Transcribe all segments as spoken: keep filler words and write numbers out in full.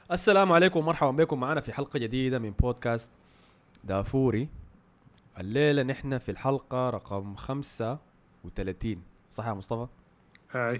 السلام عليكم ومرحبا بكم معنا في حلقة جديدة من بودكاست دافوري. الليلة نحن في الحلقة رقم خمسة وثلاثين، صح يا مصطفى؟ هاي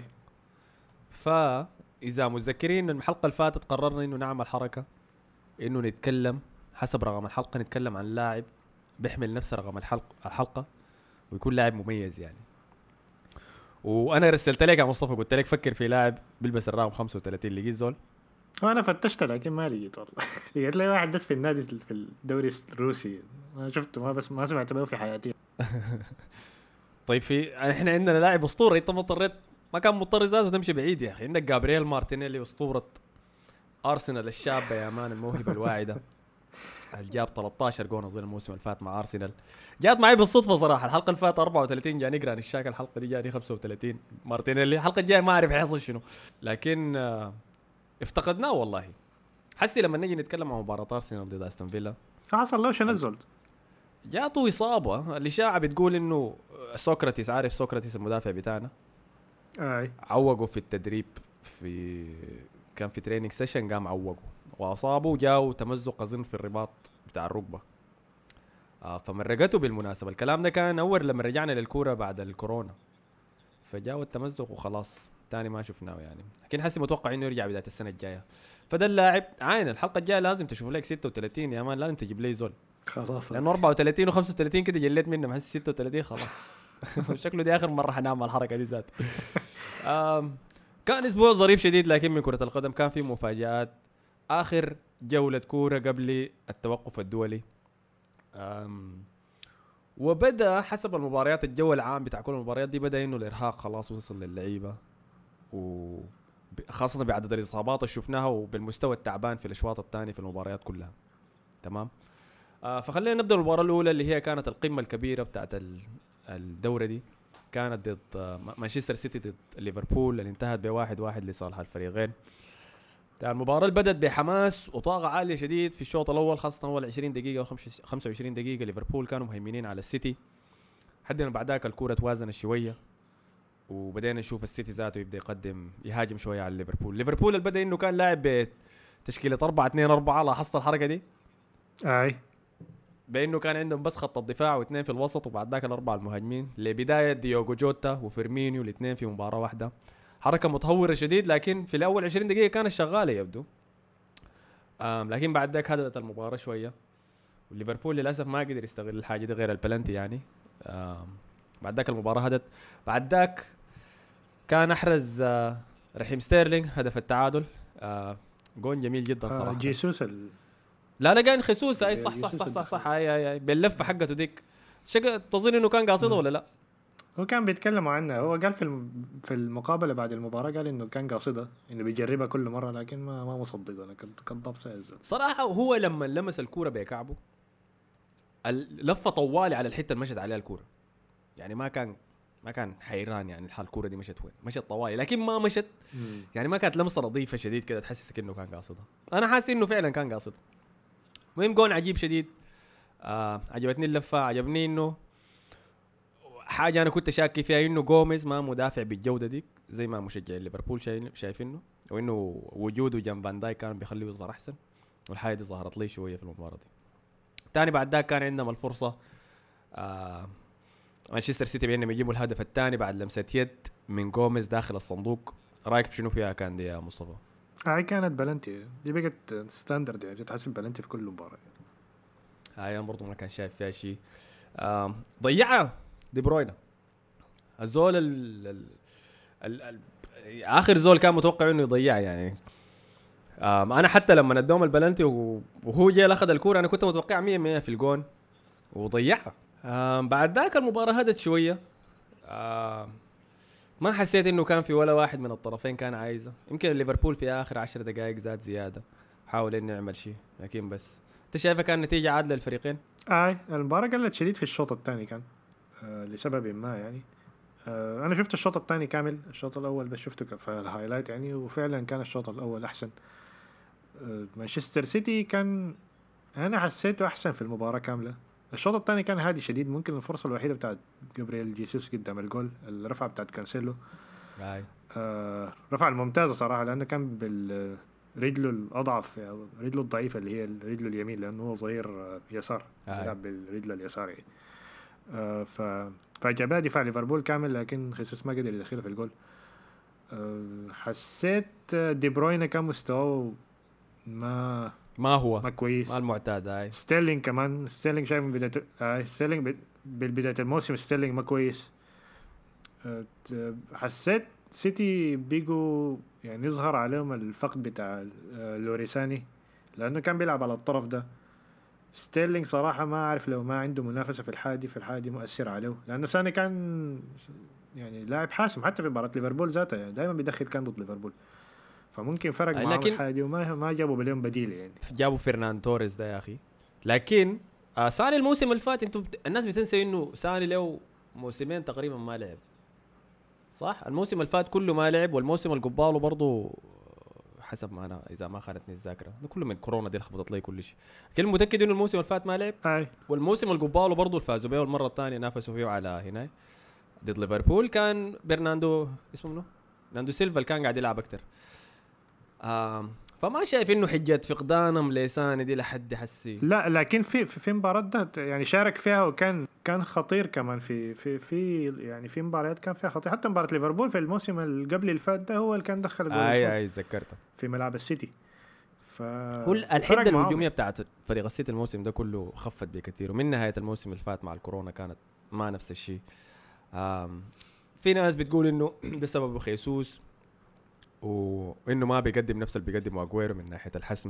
فإذا متذكرين من الحلقة اللي فاتت قررنا إنه نعمل حركة، إنه نتكلم حسب رقم الحلقة، نتكلم عن لاعب بيحمل نفس رقم الحلقة الحلقة ويكون لاعب مميز يعني. وأنا رسلت لك يا مصطفى، قلت لك فكر في لاعب بيلبس الرقم خمسة وثلاثين، لقيت زول؟ وانا فتشت لكن ما لقيت والله. لقيت لي واحد بس في النادي في الدوري الروسي، ما شفته، ما بس ما سمعت به في حياتي. طيب في احنا عندنا لاعب اسطوري، انت ما اضطريت، ما كان مضطر زازو تمشي بعيد يا اخي. عندك جابرييل مارتينيلي، اسطوره ارسنال الشابه يا مان، الموهبه الواعده اللي جاب ثلاثة عشر جون اظن الموسم اللي فات مع ارسنال. جات معي بالصدفه صراحه، الحلقه اللي فاتت أربعة وثلاثين جاني جران الشاك، الحلقه دي جاني خمسة وثلاثين مارتينيلي. الحلقه الجايه ما اعرف حيحصل شنو، لكن آه، افتقدناه والله. حسي لما نجي نتكلم عن مباراه ارسنال ضد استون فيلا حصل له شنو الزول؟ جاته اصابه. الاشاعه بتقول انه سوكراتيس، عارف سوكراتيس المدافع بتاعنا، اي عوقوا في التدريب، في كان في تريننج سيشن قام عوقوا واصابوا، جاوا تمزق اظن في الرباط بتاع الركبه. آه فمرقته بالمناسبه، الكلام ده كان اول لما رجعنا للكوره بعد الكورونا، فجاوا التمزق وخلاص تاني ما شفناه يعني. لكن حسي متوقع انه يرجع بدايه السنه الجايه. فده اللاعب عين الحلقه الجايه لازم تشوف لك ستة وثلاثين يا مان، لازم تجيب لي زول، خلاص. لانه أربعة وثلاثين و35 كده جليت منه، حسي ستة وثلاثين خلاص. شكله دي اخر مره حنعمل الحركه دي ذات. كان اسبوع ظريف شديد لكن من كرة القدم، كان في مفاجآت. اخر جولة كورة قبل التوقف الدولي، وبدا حسب المباريات الجو العام بتاع كل المباريات دي، بدا انه الارهاق خلاص وصل للعيبة، وخاصة بعدد الاصابات اللي شفناها وبالمستوى التعبان في الاشواط الثاني في المباريات كلها. تمام. آه فخلينا نبدا المباراة الاولى اللي هي كانت القمة الكبيرة بتاعت الدورة دي، كانت ضد مانشستر سيتي ضد ليفربول، اللي انتهت بواحد واحد لصالح الفريقين. المباراة اللي بدت بحماس وطاقة عالية شديد في الشوط الأول، خاصة أول عشرين دقيقة أو خمسة وعشرين دقيقة ليفربول كانوا مهيمنين على السيتي، حدنا بعد ذاك الكورة توازنت شوية، وبدينا نشوف السيتي ذاته يبدأ يقدم يهاجم شوية على ليفربول. ليفربول اللي بدأ إنه كان لاعب بتشكيلة أربعة اثنين أربعة، لاحظت الحركة دي؟ اي بانه كان عندهم بس خط الدفاع واثنين في الوسط، وبعد ذاك الاربعه المهاجمين لبدايه ديوغو جوتا وفيرمينيو الاثنين في مباراه واحده. حركه متهوره شديد، لكن في الاول عشرين دقيقه كانت شغاله يبدو. آم لكن بعد ذاك هدأت المباراه شويه، وليفربول للاسف ما قدر يستغل الحاجه دي غير البلنتي يعني. آم بعد ذاك المباراه هدت. بعد ذاك كان احرز آه رحيم ستيرلينج هدف التعادل، آه جون جميل جدا صراحه. آه جيسوس ال... لا لا كان خصوص، اي صح صح صح صح صح، اي اي اي باللفه حقته ديك. شك تظن انه كان قاصده ولا لا؟ هو كان بيتكلموا عنه، هو قال في الم... في المقابله بعد المباراه قال انه كان قاصده، انه بيجربها كل مره، لكن ما ما مصدق. انا كنت كذاب سيزل صراحه. هو لما لمس الكوره بكعبه، اللفه طوالي على الحته اللي مشت عليها الكوره، يعني ما كان ما كان حيران يعني الحال الكوره دي مشت وين، مشت طوالي لكن ما مشت مم. يعني، ما كانت لمسه نظيفه شديد كده تحسسك انه كان قاصدها. انا حاسس انه فعلا كان قاصدها. المهم جون عجيب شديد. آه عجبتني اللفه، عجبني انه حاجه انا كنت شاكي فيها، انه جوميز ما مدافع بالجوده دي زي ما مشجعين ليفربول شايفينه، وانه وجوده جنب فان دايك كان بيخليه يظهر احسن، والحاجه دي ظهرت لي شويه في المباراه دي. تاني بعد ذاك كان عندنا الفرصه، آه مانشستر سيتي بانهم يجيبوا الهدف الثاني بعد لمسه يد من جوميز داخل الصندوق. رايك في شنو فيها كان دي يا مصطفى؟ هاي كانت بلنتي، دي بقت ستاندرد يعني، تحسب بلنتي في كل مباراه. هاي انا برضو ما كان شايف فيها شيء. آه ضيعها دي بروينا، الزول ال ال ال ال اخر زول كان متوقع انه يضيعها يعني. انا حتى لما ندوم البلنتي وهو جاي اخذ الكوره، انا كنت متوقع مية بالمية في الجون وضيعها. بعد ذاك المباراه هدت شويه، ما حسيت انه كان في ولا واحد من الطرفين كان عايزه. يمكن ليفربول في اخر عشر دقائق زاد زياده، حاول انه يعمل شيء، لكن بس انت شايفه كان نتيجه عادله للفريقين. اي المباراه قلت شديد في الشوط الثاني كان، آه لسبب ما يعني. آه انا شفت الشوط الثاني كامل، الشوط الاول بس شفته في الهايلايت يعني، وفعلا كان الشوط الاول احسن. آه مانشستر سيتي كان، انا حسيته احسن في المباراه كامله. الشوط الثاني كان هادي شديد، ممكن الفرصه الوحيده بتاعت جابرييل جيسوس قدام الجول، الرفعه بتاعت كانسيلو، هاي آه رفع الممتازه صراحه، لانه كان بال رجله الأضعف يعني رجله الضعيفة اللي هي رجله اليمين لأنه هو ظهير يسار يلعب بالرجل اليسار يعني. آه ف فجابها دفاع ليفربول كامل لكن خيسوس ما قدر يدخله في الجول. آه حسيت دي بروين كان مستواه ما ما هو ما كويس ما المعتاد. هاي ستيرلينج كمان ستيرلينج شايف من بداية آه ستيرلينج بالبداية الموسم ستيرلينج ما كويس. آه حسيت سيتي بيجو يعني يظهر عليهم الفقد بتاع آه لوريساني لأنه كان بيلعب على الطرف ده. ستيرلينج صراحة ما أعرف لو ما عنده منافسة في الحادي في الحادي مؤثر عليه لأنه ساني كان يعني لاعب حاسم حتى في مباراة ليفربول ذاتها يعني دائما بيدخل كان ضد ليفربول فممكن فرق معهم لكن الحادي وما ما جابوا بليهم بديل يعني. جابوا فرنان توريس ده يا أخي. لكن آه ساني الموسم اللي فات انتم الناس بتنسى انه ساني له موسمين تقريبا ما لعب صح. الموسم اللي فات كله ما لعب والموسم القباله برضو حسب ما انا اذا ما خانتني الذاكره ده كله من كورونا دي لخبطت لي كل شيء. لكن متاكد انه الموسم اللي فات ما لعب أي. والموسم القباله برضو الفازوا بيه المره الثانيه نافسوا فيه على هنا ضد ليفربول كان برناندو اسمه منو برناندو سيلفا كان قاعد يلعب اكثر. آه فما شايف انه حجه فقدانهم لساني دي لحد حسي. لا لكن في في مباراه ده يعني شارك فيها وكان كان خطير كمان في في في يعني في مباريات كان فيها خطير حتى مباراه ليفربول في الموسم اللي قبل اللي فات ده هو اللي كان دخل جول اي اي ذكرته في ملعب السيتي. ف كل الحده الهجوميه بتاعت فريق السيتي الموسم ده كله خفت بكثير ومن نهايه الموسم اللي فات مع الكورونا كانت ما نفس الشيء. في ناس بتقول انه ده سبب خيسوس وانه ما بيقدم نفس اللي بيقدمه اغويرو من ناحيه الحسم.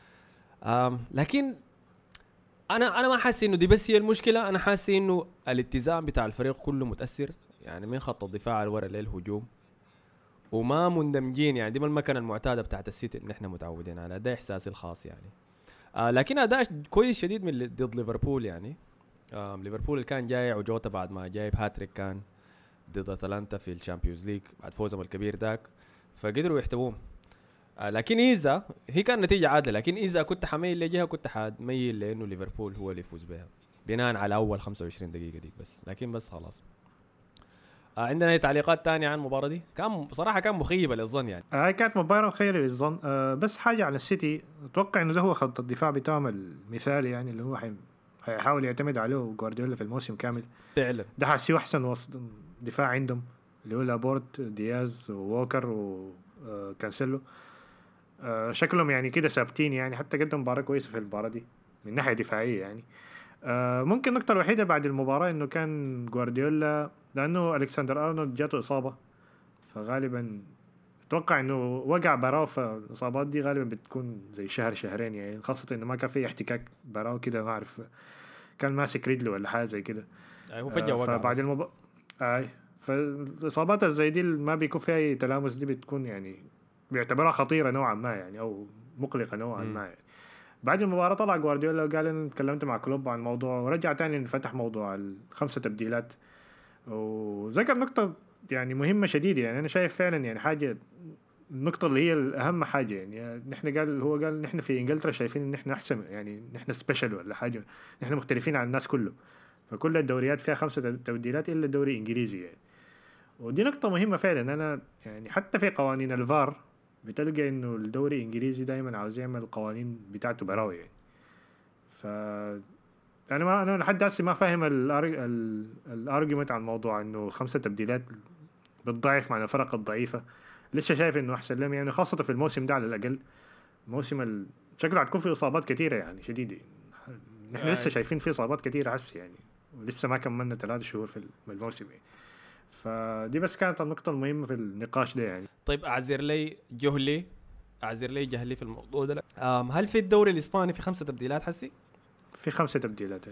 لكن انا انا ما حاسس انه دي بس هي المشكله. انا حاسس انه الاتزان بتاع الفريق كله متاثر يعني من خط الدفاع الورا للهجوم وما مندمجين يعني دي ما المكان المعتاده بتاعت السيتي اللي احنا متعودين على ده احساسي الخاص يعني. آه لكن اداء كويس شديد من ضد ليفربول يعني. آه ليفربول كان جاي وجوتا بعد ما جايب هاتريك كان ضد اتلانتا في الشامبيونز ليج بعد فوزهم الكبير داك فقدروا يحتوهم. آه لكن إذا هي كان نتيجة عادلة لكن إذا كنت حميل لجهة كنت حميل لأنه ليفربول هو اللي يفوز بها بناء على أول خمسة وعشرين دقيقة دي بس. لكن بس خلاص. آه عندنا أي تعليقات تانية عن المباراة دي؟ كان بصراحة كان مخيبة للظن يعني. آه كانت مباراة مخيبة للظن. آه بس حاجة على السيتي أتوقع إنه ده هو خط الدفاع بتاعهم المثالي يعني اللي هو حي هيحاول يعتمد عليه جوارديولا في الموسم كامل. فعلا. ده حسيه أحسن وسط دفاع عندهم اللي هو لابورت دياز ووكر وكانسيلو. آه شكلهم يعني كده ثابتين يعني حتى قدم مباراة كويسة في المباراة دي من ناحية دفاعية يعني. آه ممكن النقطة الوحيدة بعد المباراة إنه كان جوارديولا لأنه ألكسندر أرنولد جاته إصابة فغالبا أتوقع إنه وقع براو فالإصابات دي غالبا بتكون زي شهر شهرين يعني خاصة إنه ما كان في احتكاك براو كده ما أعرف كان ماسك رجله ولا حاجة زي كده. هو فجأة وقع. فبعد المباراة آه فالإصابات زي دي ما بيكون فيها أي تلامس دي بتكون يعني بيعتبرها خطيرة نوعا ما يعني أو مقلقة نوعا ما يعني. بعد المباراة طلع جوارديولا وقال إن تكلمت مع كلوب عن الموضوع ورجع تاني فتح موضوع الخمسة تبديلات وذكر نقطة يعني مهمة شديدة يعني أنا شايف فعلا يعني حاجة النقطة اللي هي الأهم حاجة يعني نحن قال هو قال نحن في إنجلترا شايفين إن نحن أحسن يعني نحن سبيشال ولا حاجة نحن مختلفين عن الناس كله فكل الدوريات فيها خمسة تبديلات إلا الدوري الإنجليزي يعني. ودي نقطة مهمة فعلا. أنا يعني حتى في قوانين الفار بتلقى إنه الدوري الإنجليزي دائما عاوز يعمل القوانين بتاعته براوي يعني. ف أنا ما أنا لحد هسه ما فاهم الأرجيومنت عن موضوع إنه خمسة تبديلات بتضعف مع الفرق الضعيفة. لسه شايف إنه أحسن لهم يعني خاصة في الموسم ده على الأقل موسم ال... شكله هتكون فيه إصابات كثيرة يعني شديدة. نحن لسه شايفين فيه إصابات كثيرة هسه يعني ولسه ما كملنا ثلاث شهور في الموسم يعني. فدي بس كانت النقطة المهمة في النقاش ده يعني. طيب أعذر لي جهلي أعذر لي جهلي في الموضوع ده. هل في الدوري الإسباني في خمسة تبديلات حسي؟ في خمسة تبديلات.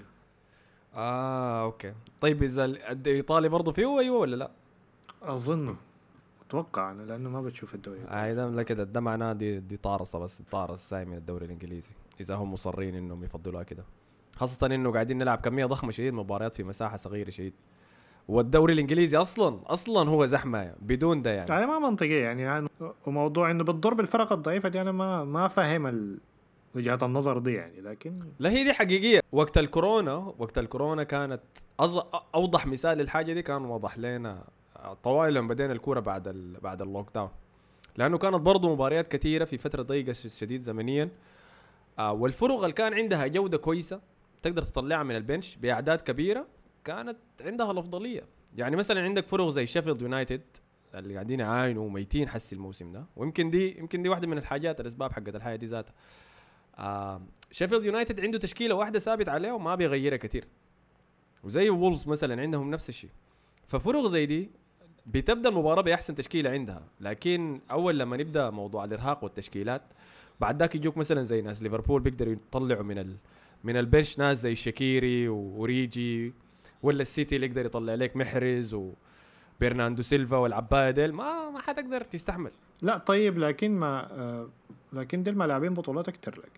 آه أوكي. طيب إذا الإيطالي برضو فيه أيوة ولا لا؟ أظن أتوقع أنا لأنه ما بتشوف الدوري. آه ده لا كده ده معناه دي دي طارصة بس طارص ساي من الدوري الإنجليزي إذا هم مصرين إنهم يفضلوها كده خاصة إنه قاعدين نلعب كمية ضخمة شديد مباريات في مساحة صغيرة شديد والدوري الانجليزي اصلا اصلا هو زحمه بدون ده يعني. يعني ما منطقيه يعني, يعني وموضوع انه بتضرب الفرق الضعيفه دي انا ما ما فاهم وجهه النظر دي يعني. لكن لا هي دي حقيقيه. وقت الكورونا وقت الكورونا كانت أز... اوضح مثال للحاجه دي كان وضح لنا طوال لما بدينا الكوره بعد ال... بعد اللوك داون لانه كانت برضو مباريات كثيره في فتره ضيقه شديد زمنيا. آه والفرق اللي كان عندها جوده كويسه تقدر تطلعها من البنش باعداد كبيره كانت عندها الافضليه. يعني مثلا عندك فرق زي شيفيلد يونايتد اللي قاعدين يعاينوا وميتين حسي الموسم ده، ويمكن دي يمكن دي واحده من الحاجات الاسباب حقت الحياه دي ذاتها. آه شيفيلد يونايتد عنده تشكيله واحده ثابت عليها وما بيغيرها كتير، وزي وولز مثلا عندهم نفس الشيء. ففرق زي دي بتبدا المباراه باحسن تشكيله عندها، لكن اول لما نبدا موضوع الارهاق والتشكيلات بعد ذاك يجوك مثلا زي ناس ليفربول بيقدروا يطلعوا من ال من البنش ناس زي شاكيري ووريجي، ولا السيتي اللي يقدر يطلع لك محرز وبرناندو سيلفا والعباية ديل، ما ما حتقدر تستحمل. لا طيب لكن ما آه لكن ديل ما لاعبين بطولات اكتر لك.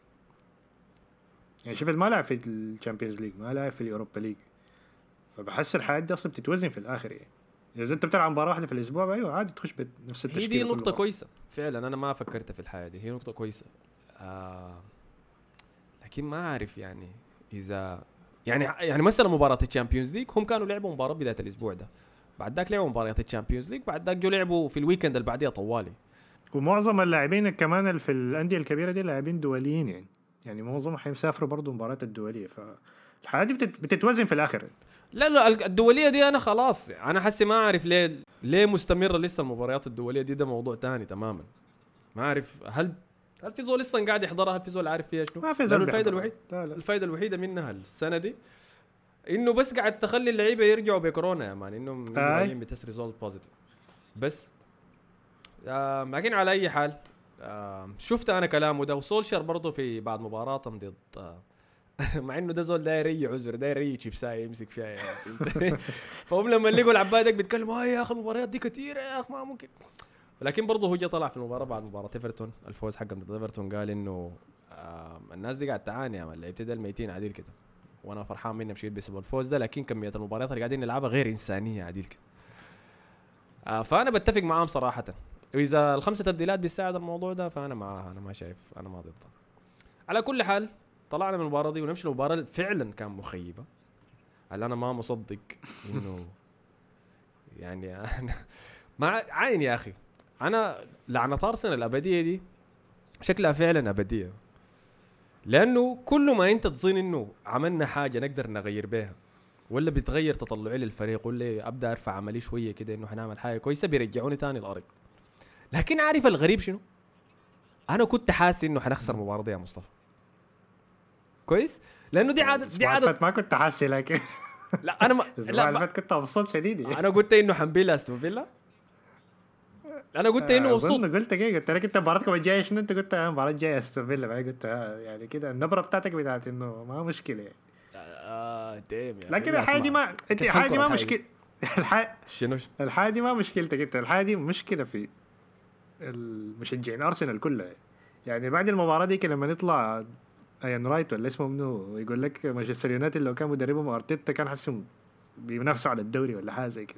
يعني شوف ما لعب في الشامبيونز ليج، ما لعب في اليوروبا ليج، فبحس الحياة دي اصلا بتتوزن في الاخر. يعني اذا انت بتلعب مباراه واحده في الاسبوع ايوه عادي تخش بنفس التشكيله. هي دي نقطه كويسه فعلا، انا ما فكرت في الحياه دي، هي نقطه كويسه. آه لكن ما عارف يعني اذا يعني يعني مثلا مباراه الشامبيونز ليج هم كانوا لعبوا مباراه بدايه الاسبوع ده، بعد ذاك لعبوا مباريات الشامبيونز ليج، بعد ذاك جو لعبوا في الويكند اللي بعديها طوالي. ومعظم اللاعبين كمان اللي في الانديه الكبيره دي لاعبين دوليين، يعني يعني معظمهم حيسافروا برضو مباريات الدوليه، فالحاجه دي بتتوزن في الاخر. لا لا الدوليه دي انا خلاص انا حسي ما اعرف ليه ليه مستمره لسه المباريات الدوليه دي، ده موضوع تاني تماما. ما اعرف هل هل في زول لسه قاعد يحضرها، هل في زول عارف فيها شنو؟ ما في زول. الفائده الوحيده الفائده الوحيده منها السنه دي انه بس قاعد تخلي اللعيبه يرجعوا بكورونا يا مان، انهم يجوا بتست ريزولت بوزيتيف بس. آه لكن على اي حال آه شفت انا كلامه ده، وسولشر برضه في بعد مباراتهم ضد آه مع انه ده زول داير يري عذر داير يري شيبساي يمسك فيها يعني فهم لما لقوا العبادك بيتكلموا اه يا اخي المباريات دي كثيره يا اخي ما ممكن. لكن برضه هو جا طلع في المباراه بعد مباراه ايفرتون الفوز حقهم ضد ايفرتون قال انه آه الناس دي قاعد تعاني يا مان، لعيبه ده الميتين عديل كده، وانا فرحان منهم شيء بسبب الفوز ده، لكن كميه المباريات اللي قاعدين نلعبها غير انسانيه عديل كده. آه فانا بتفق معاهم صراحه، واذا الخمسه تبديلات بيساعد الموضوع ده فانا معاها، انا ما شايف انا ما ضدها. على كل حال طلعنا من المباراه دي ونمشي المباراه فعلا كان مخيبه، اللي انا ما مصدق انه يعني انا مع عين يا اخي. انا لعنه ارسنال الابديه دي شكلها فعلا ابديه، لانه كل ما انت تظن انه عملنا حاجه نقدر نغير بها ولا بتغير تطلعي للفريق ولا ابدا ارفع عملي شويه كده انه حنعمل حاجه كويسه بيرجعوني تاني الارض. لكن عارف الغريب شنو؟ انا كنت حاسس انه حنخسر المباراه دي يا مصطفى كويس، لانه دي عاده دي عاده ما كنت حاسس لكن لا انا ما لا ما كنت مبسوط شديد. انا قلت انه حنبيل استون فيلا، انا قلت انه مبسوط. انا قلت كده قلت لك انت مباراتكم الجايه شنو؟ انت قلت المباراه الجايه استون فيلا، بعدين قلت يعني كده النبره بتاعتك بتاعت انه ما مشكله يعني. اه ديم يعني. لكن الحاجه دي ما انت الحاجه دي ما مشكله الحاجه شنو الحاجه دي ما مشكلتك انت، الحاجه دي مشكله في المشجعين ارسنال كلها. يعني بعد المباراه دي لما نطلع ايان رايت ولا اسمه منو يقول لك مانشستر يونايتد لو كان مدربهم ارتيتا كان حسهم بينافسوا على الدوري ولا حاجه زي كده.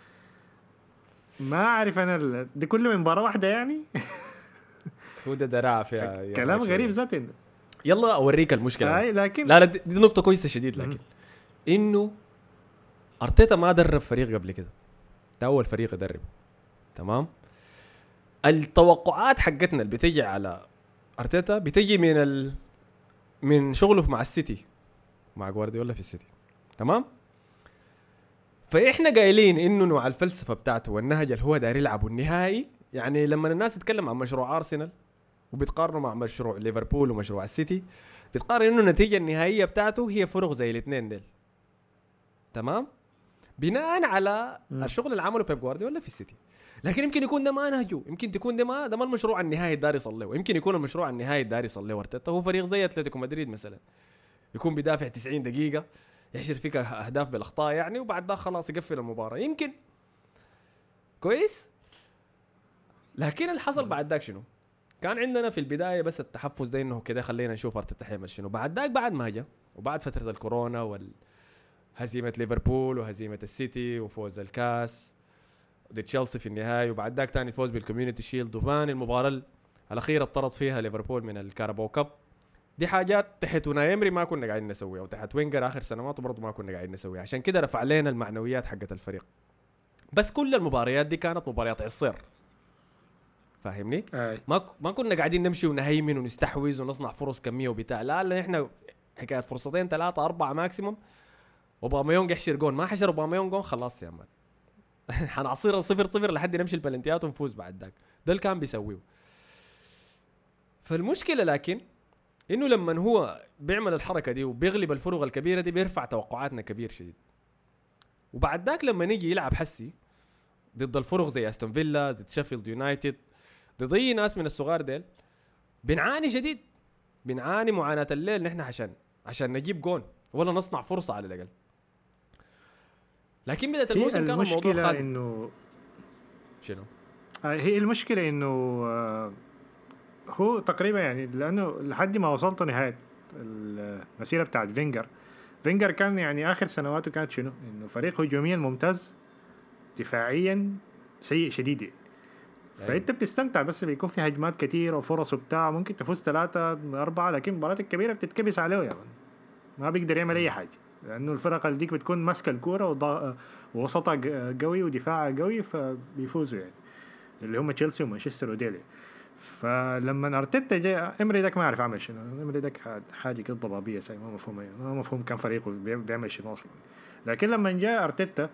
ما اعرف انا دي كله من مباراه واحده يعني. هو ده دراع فيها كلام غريب ذاته. يلا اوريك المشكله. هاي لكن لا لا دي, دي نقطه كويسه شديد، لكن انه ارتيتا ما درب فريق قبل كده، ده اول فريق يدرب تمام. التوقعات حقتنا اللي بتيجي على ارتيتا بتيجي من ال... من شغله مع السيتي مع جوارديولا في السيتي تمام. فاحنا قايلين انه نوع الفلسفه بتاعته والنهج اللي هو داير يلعبه النهائي. يعني لما الناس تتكلم عن مشروع ارسنال وبتقارنه مع مشروع ليفربول ومشروع السيتي، بتقارن انه النتيجه النهائيه بتاعته هي فرق زي الاثنين دول تمام، بناء على م. الشغل اللي عمله بيب جوارديولا في السيتي. لكن يمكن يكون ده ما نهجه، يمكن تكون ده ما ده ما المشروع النهائي الداري يصليه، يمكن يكون المشروع النهائي الداري يصليه ارتيتا هو فريق زي اتلتيكو مدريد مثلا، يكون بيدافع تسعين دقيقه يحشر فيك اهداف بالاخطاء يعني، وبعد ده خلاص يقفل المباراه يمكن كويس. لكن اللي حصل بعد ذاك شنو؟ كان عندنا في البدايه بس التحفز ده انه كده خلينا نشوف ارتيتا حيعمل شنو. بعد ذاك بعد ما جاء وبعد فتره الكورونا والهزيمه ليفربول وهزيمه السيتي وفوز الكاس ضد تشيلسي في النهايه، وبعد ذاك ثاني فوز بالكوميونتي شيلد، وبان المباراه الاخيره اطرد فيها ليفربول من الكاراباو كاب. دي حاجات تحت نايمري ما كنا قاعدين نسويها، وتحت وينجر اخر سنوات برضه ما كنا قاعدين نسويها، عشان كده رفع لنا المعنويات حقت الفريق. بس كل المباريات دي كانت مباريات عصير، فاهمني؟ أي. ما ما كنا قاعدين نمشي ونهيمن ونستحوذ ونصنع فرص كميه وبتاع، لا لا احنا حكايه فرصتين ثلاثه اربعه ماكسيموم، وباميونج يحشر جون، ما حشر باميونج جون خلاص يا مان حنعصير صفر صفر لحد نمشي البلنتيات ونفوز بعد ذاك. ده اللي كان بيسويه. فالمشكله لكن انه لما هو بيعمل الحركه دي وبيغلب الفروق الكبيره دي بيرفع توقعاتنا كبير شديد، وبعد ذاك لما نيجي يلعب حسي ضد الفرق زي استون فيلا، ضد شيفيلد يونايتد، ضد اي ناس من الصغار ديل، بنعاني شديد، بنعاني معاناه الليل نحن عشان عشان نجيب جون ولا نصنع فرصه على الاقل. لكن بدايه الموسم كان الموضوع خالد انه شنو هي المشكله انه آه هو تقريبا يعني لانه لحد ما وصلت نهايه المسيره بتاعت فينجر فينجر كان يعني اخر سنواته كانت شنو انه فريق هجوميا ممتاز دفاعيا سيء شديد. أيوة. فانت بتستمتع بس بيكون في هجمات كتير وفرص وبتاع، ممكن تفوز ثلاثة أربعة، لكن المباريات الكبيرة بتتكبس عليه يعني ما بيقدر يعمل أي حاجة، لأنه الفرق اللي ديك بتكون ماسكة الكورة وضا... ووسطها قوي ودفاعها قوي فبيفوزوا يعني، اللي هم تشيلسي ومانشستر وديلي. فلما ارتيتا جاء امري داك ما اعرف عمل شنو، امري داك حاجه كده ضبابيه سي ما مفهوم يعني. ما مفهوم كان فريقه بيعمل شنو اصلا. لكن لما جاء ارتيتا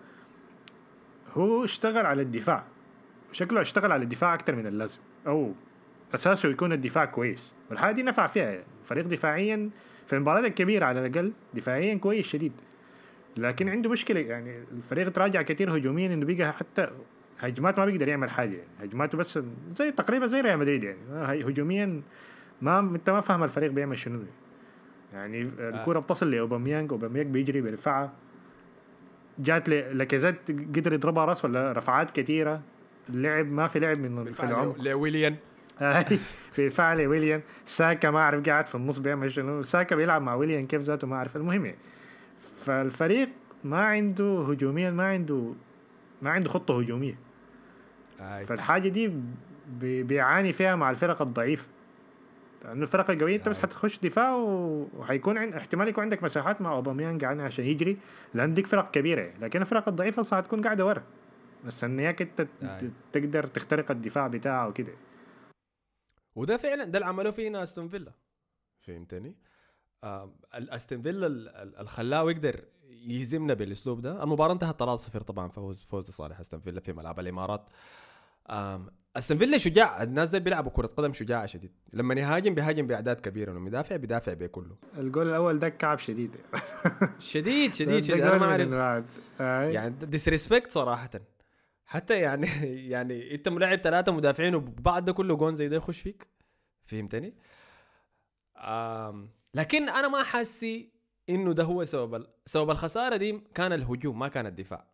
هو اشتغل على الدفاع، شكله اشتغل على الدفاع اكتر من اللازم، او اساسه يكون الدفاع كويس، والحاجه دي نفع فيها يعني. فريق دفاعيا في المباريات الكبيره على الاقل دفاعيا كويس شديد، لكن عنده مشكله يعني الفريق تراجع كتير هجوميا، انه بيجي حتى هجمات ما بيقدر يعمل حاجه يعني. هجماته بس زي تقريبا زي ريال مدريد يعني، هجوميا ما انت ما فاهم الفريق بيعمل شنو يعني. الكره بتصل لاوباميانج، اوباميانج بيجري بيرفعها، جات لكازيت قدر يضربها راس ولا رفعات كثيره. اللعب ما في لعب من في العمق لويليان في فعل ويليان. ساكا ما اعرف قاعد في النص بيعمل شنو، ساكا بيلعب مع ويليان كيف ذاته ما اعرف. المهم يعني فالفريق ما عنده هجوميا، ما عنده ما عنده خطه هجوميه. آه. فالحاجه دي بيعاني فيها مع الفرق الضعيفه، لانه الفرق القويه انت بس حتخش دفاع وحيكون عند احتمال يكون عندك مساحات مع اوباميانج عشان يجري، لان ديك فرق كبيره. لكن الفرق الضعيفه صح هتكون قاعده ورا مستنياك انت آه. تقدر تخترق الدفاع بتاعه وكده. وده فعلا ده اللي عملوه فينا استون فيلا، فهمتني؟ آه الاستون فيلا اللي خلاه يقدر يهزمنا بالاسلوب ده. المباراه انتهت ثلاثة صفر طبعا، فوز فوز لصالح استون فيلا في ملعب الامارات. استون فيلا شجاع، الناس دي بيلعبوا كره قدم شجاعه شديد، لما يهاجم بيهاجم باعداد كبيره، ولما يدافع بيدافع بكله. الجول الاول ده كعب شديد شديد شديد شديد انا ما اعرف يعني ديسريسبكت صراحه. حتى يعني يعني انت ملاعب ثلاثه مدافعين وبعد ده كله جون زي ده يخش فيك، فهمتني؟ لكن انا ما حاسي انه ده هو سبب سبب الخساره دي. كان الهجوم ما كان الدفاع.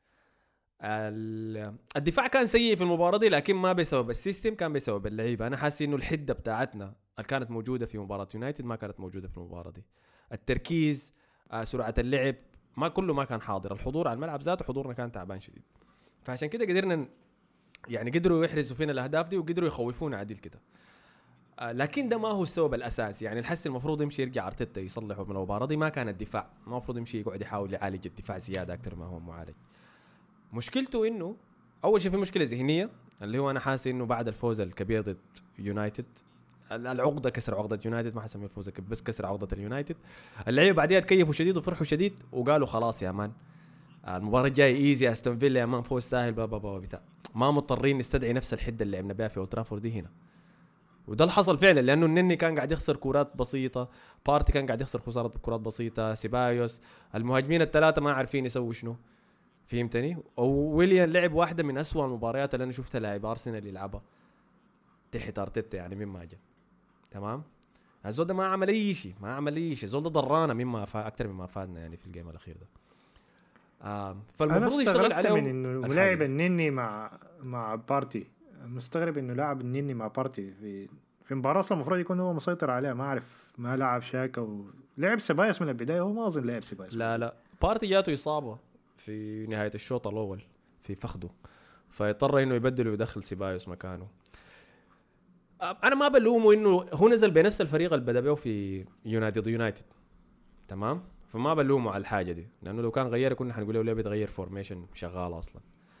الدفاع كان سيء في المباراه دي، لكن ما بسبب السيستم، كان بسبب اللعيبه. انا حاسس انه الحده بتاعتنا اللي كانت موجوده في مباراه يونايتد ما كانت موجوده في المباراه دي. التركيز، سرعه اللعب، ما كله ما كان حاضر. الحضور على الملعب ذاته حضورنا كان تعبان شديد. فعشان كده قدرنا يعني قدروا يحرزوا فينا الاهداف دي وقدروا يخوفونا عديل كده. لكن ده ما هو السبب الاساسي يعني. الحس المفروض يمشي يرجع ارتيتا يصلحه من المباراه دي. ما كان الدفاع، ما المفروض يمشي يقعد يحاول يعالج الدفاع زياده اكثر ما هو معالج. مشكلته انه اول شيء في مشكله ذهنيه، اللي هو انا حاسس انه بعد الفوز الكبير ضد يونايتد، العقده كسر عقده يونايتد، ما حسمي الفوز بس كسر عقده اليونايتد. اللعيبه بعديها تكيفوا شديد وفرحوا شديد وقالوا خلاص يا مان المباراه الجايه ايزي استون فيلا يا مان، فوز سهل بابا بابا بتاع. ما مضطرين نستدعي نفس الحده اللي لعبنا بها في اولد ترافورد دي هنا. وده اللي حصل فعلا، لانه النني كان قاعد يخسر كرات بسيطه، بارتي كان قاعد يخسر خساره كرات بسيطه، سيبايوس، المهاجمين الثلاثه ما عارفين يسووا شنو، فهمتني؟ وويليان لعب واحده من أسوأ المباريات اللي انا شفتها لاعب ارسنال يلعبها تحت ارتيتا يعني مما جاء. تمام؟ الزول ده ما عمل اي شيء، ما عمل اي شيء. الزول ده ضرانا مما فا اكثر مما فادنا يعني في الجيم الاخير ده. آه فالمفروض يشتغل عليه من انه لاعب النني مع مع بارتي. مستغرب انه لاعب النني مع بارتي في في مباراه اصلا المفروض يكون هو مسيطر عليها. ما اعرف ما لعب شاكا ولعب سيبايوس من البدايه. هو ما اظن لعب سيبايوس. لا لا بارتي جاته اصابه في نهايه الشوط الاول في فخده، فيضطر انه يبدل ويدخل سيبايوس مكانه. انا ما بلومه انه هو نزل بنفس الفريق اللي بدا بيه في يونايتد يونايتد تمام، فما بلومه على الحاجه دي، لانه لو كان غير كنا حنقول له ليه بتغير فورميشن شغال اصلا.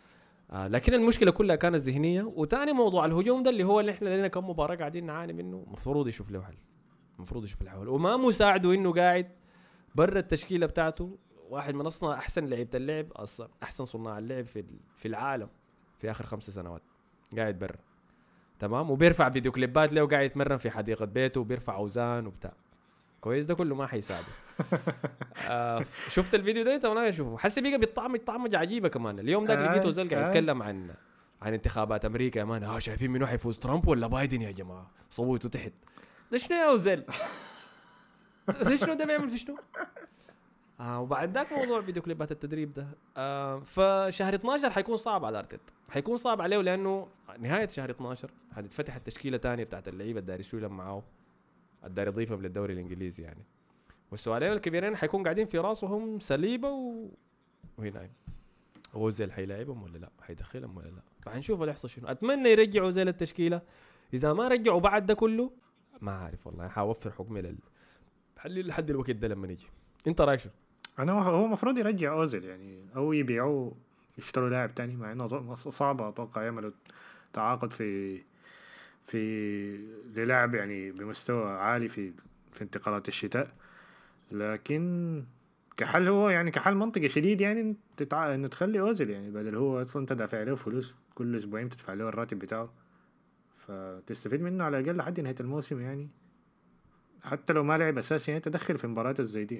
آه لكن المشكله كلها كانت ذهنيه. وتاني موضوع الهجوم ده اللي هو اللي احنا لنا كم مباراه قاعدين نعاني منه، المفروض يشوف له حل، المفروض يشوف له حل. وما مساعده انه قاعد برا التشكيله بتاعته واحد من اصلا احسن لعيبه اللعب، اصلا احسن صناع اللعب في في العالم في اخر خمس سنوات قاعد برا، تمام، وبيرفع فيديو كليبات له وقاعد يتمرن في حديقه بيته وبيرفع اوزان وبتاع كويس. ده كله ما حيساعده. آه شفت الفيديو ده انت ولا شوفه؟ حسي بيقى بيطعم طعمه عجيبه كمان. اليوم ذاك لقيته زل قاعد يتكلم عن عن انتخابات امريكا يا مان. اه شايفين منو حيفوز ترامب ولا بايدن يا جماعه؟ صوتوا تحت. ده شنو يا وزل؟ ده شنو ده بيعمل في شنو؟ آه وبعد ذاك موضوع فيديو كليبات التدريب ده. آه فشهر اثناشر حيكون صعب على ارتيتا، حيكون صعب عليه لانه نهايه شهر اثناشر حتتفتح التشكيله ثانيه بتاعت اللعيبه الداري يسوي معاه، الداري يضيفهم للدوري الانجليزي يعني. والسؤالين الكبيرين حيكون قاعدين في راسهم سليبه و... وهنا اوزيل حيلاعبهم ولا لا، حيدخلهم ولا لا. فحنشوف اللي يحصل شنو. اتمنى يرجعوا زي التشكيله. اذا ما رجعوا بعد ده كله ما عارف والله، حاوفر حكمي لل حل لحد الوقت ده لما نيجي. انت رايك شنو؟ انا هو المفروض يرجع اوزيل يعني، او يبيعوه يشتروا لاعب تاني، مع انه صعبه اتوقع يعملوا تعاقد في في للاعب يعني بمستوى عالي في في انتقالات الشتاء. لكن كحل هو يعني كحل منطقي شديد يعني تتع... انه تخلي اوزيل يعني، بدل هو اصلا تدفع له فلوس كل اسبوعين تدفع له الراتب بتاعه، فتستفيد منه على الاقل لحد نهايه الموسم يعني، حتى لو ما لعب اساسي يعني تدخل في مباريات الزي دي.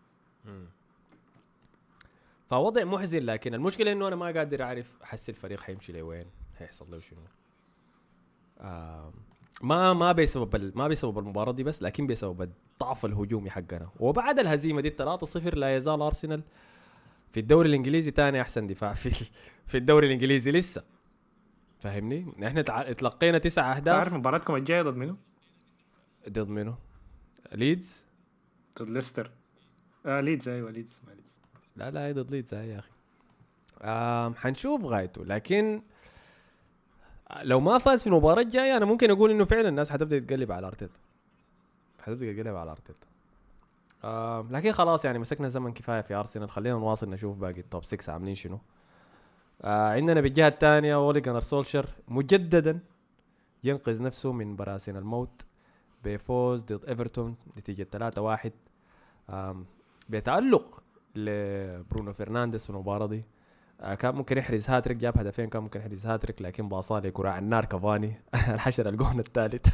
فوضع محزن. لكن المشكله انه انا ما قادر اعرف احس الفريق حيمشي لوين، هيحصل له شنو. آه ما ما بسبب ما بسبب المباراه دي بس، لكن بسبب الضعف الهجومي حقنا. وبعد الهزيمه دي ثلاثة صفر لا يزال ارسنال في الدوري الانجليزي ثاني احسن دفاع في في الدوري الانجليزي لسه، فاهمني؟ احنا تلقينا تسعة اهداف. تعرف مباراتكم الجايه ضد منو؟ ضد منو؟ ليدز. ضد ليستر. اه ليدز، ايوه ليدز ما ليدز. لا لا ضد ليدز يا اخي. آه حنشوف غايته. لكن لو ما فاز في المباراة الجاية أنا ممكن أقول إنه فعلا الناس حتبدأ تتقلب على أرتيتا، حتبدأ تتقلب على أرتيتا. آه لكن خلاص يعني مسكنا زمن كفاية في أرسنال، خلينا نواصل نشوف باقي التوب ستة عاملين شنو. آه عندنا بالجهة الثانية أولي جانر سولشر مجددا ينقذ نفسه من براسن الموت بفوز ضد إيفرتون نتيجة ثلاثة واحد. آه بتألق لبرونو فرنانديز في المباراة دي. كان ممكن يحرز هاتريك، جاب هدفين كان ممكن يحرز هاتريك، لكن باصالي كراع النار كافاني الحشر الجون الثالث.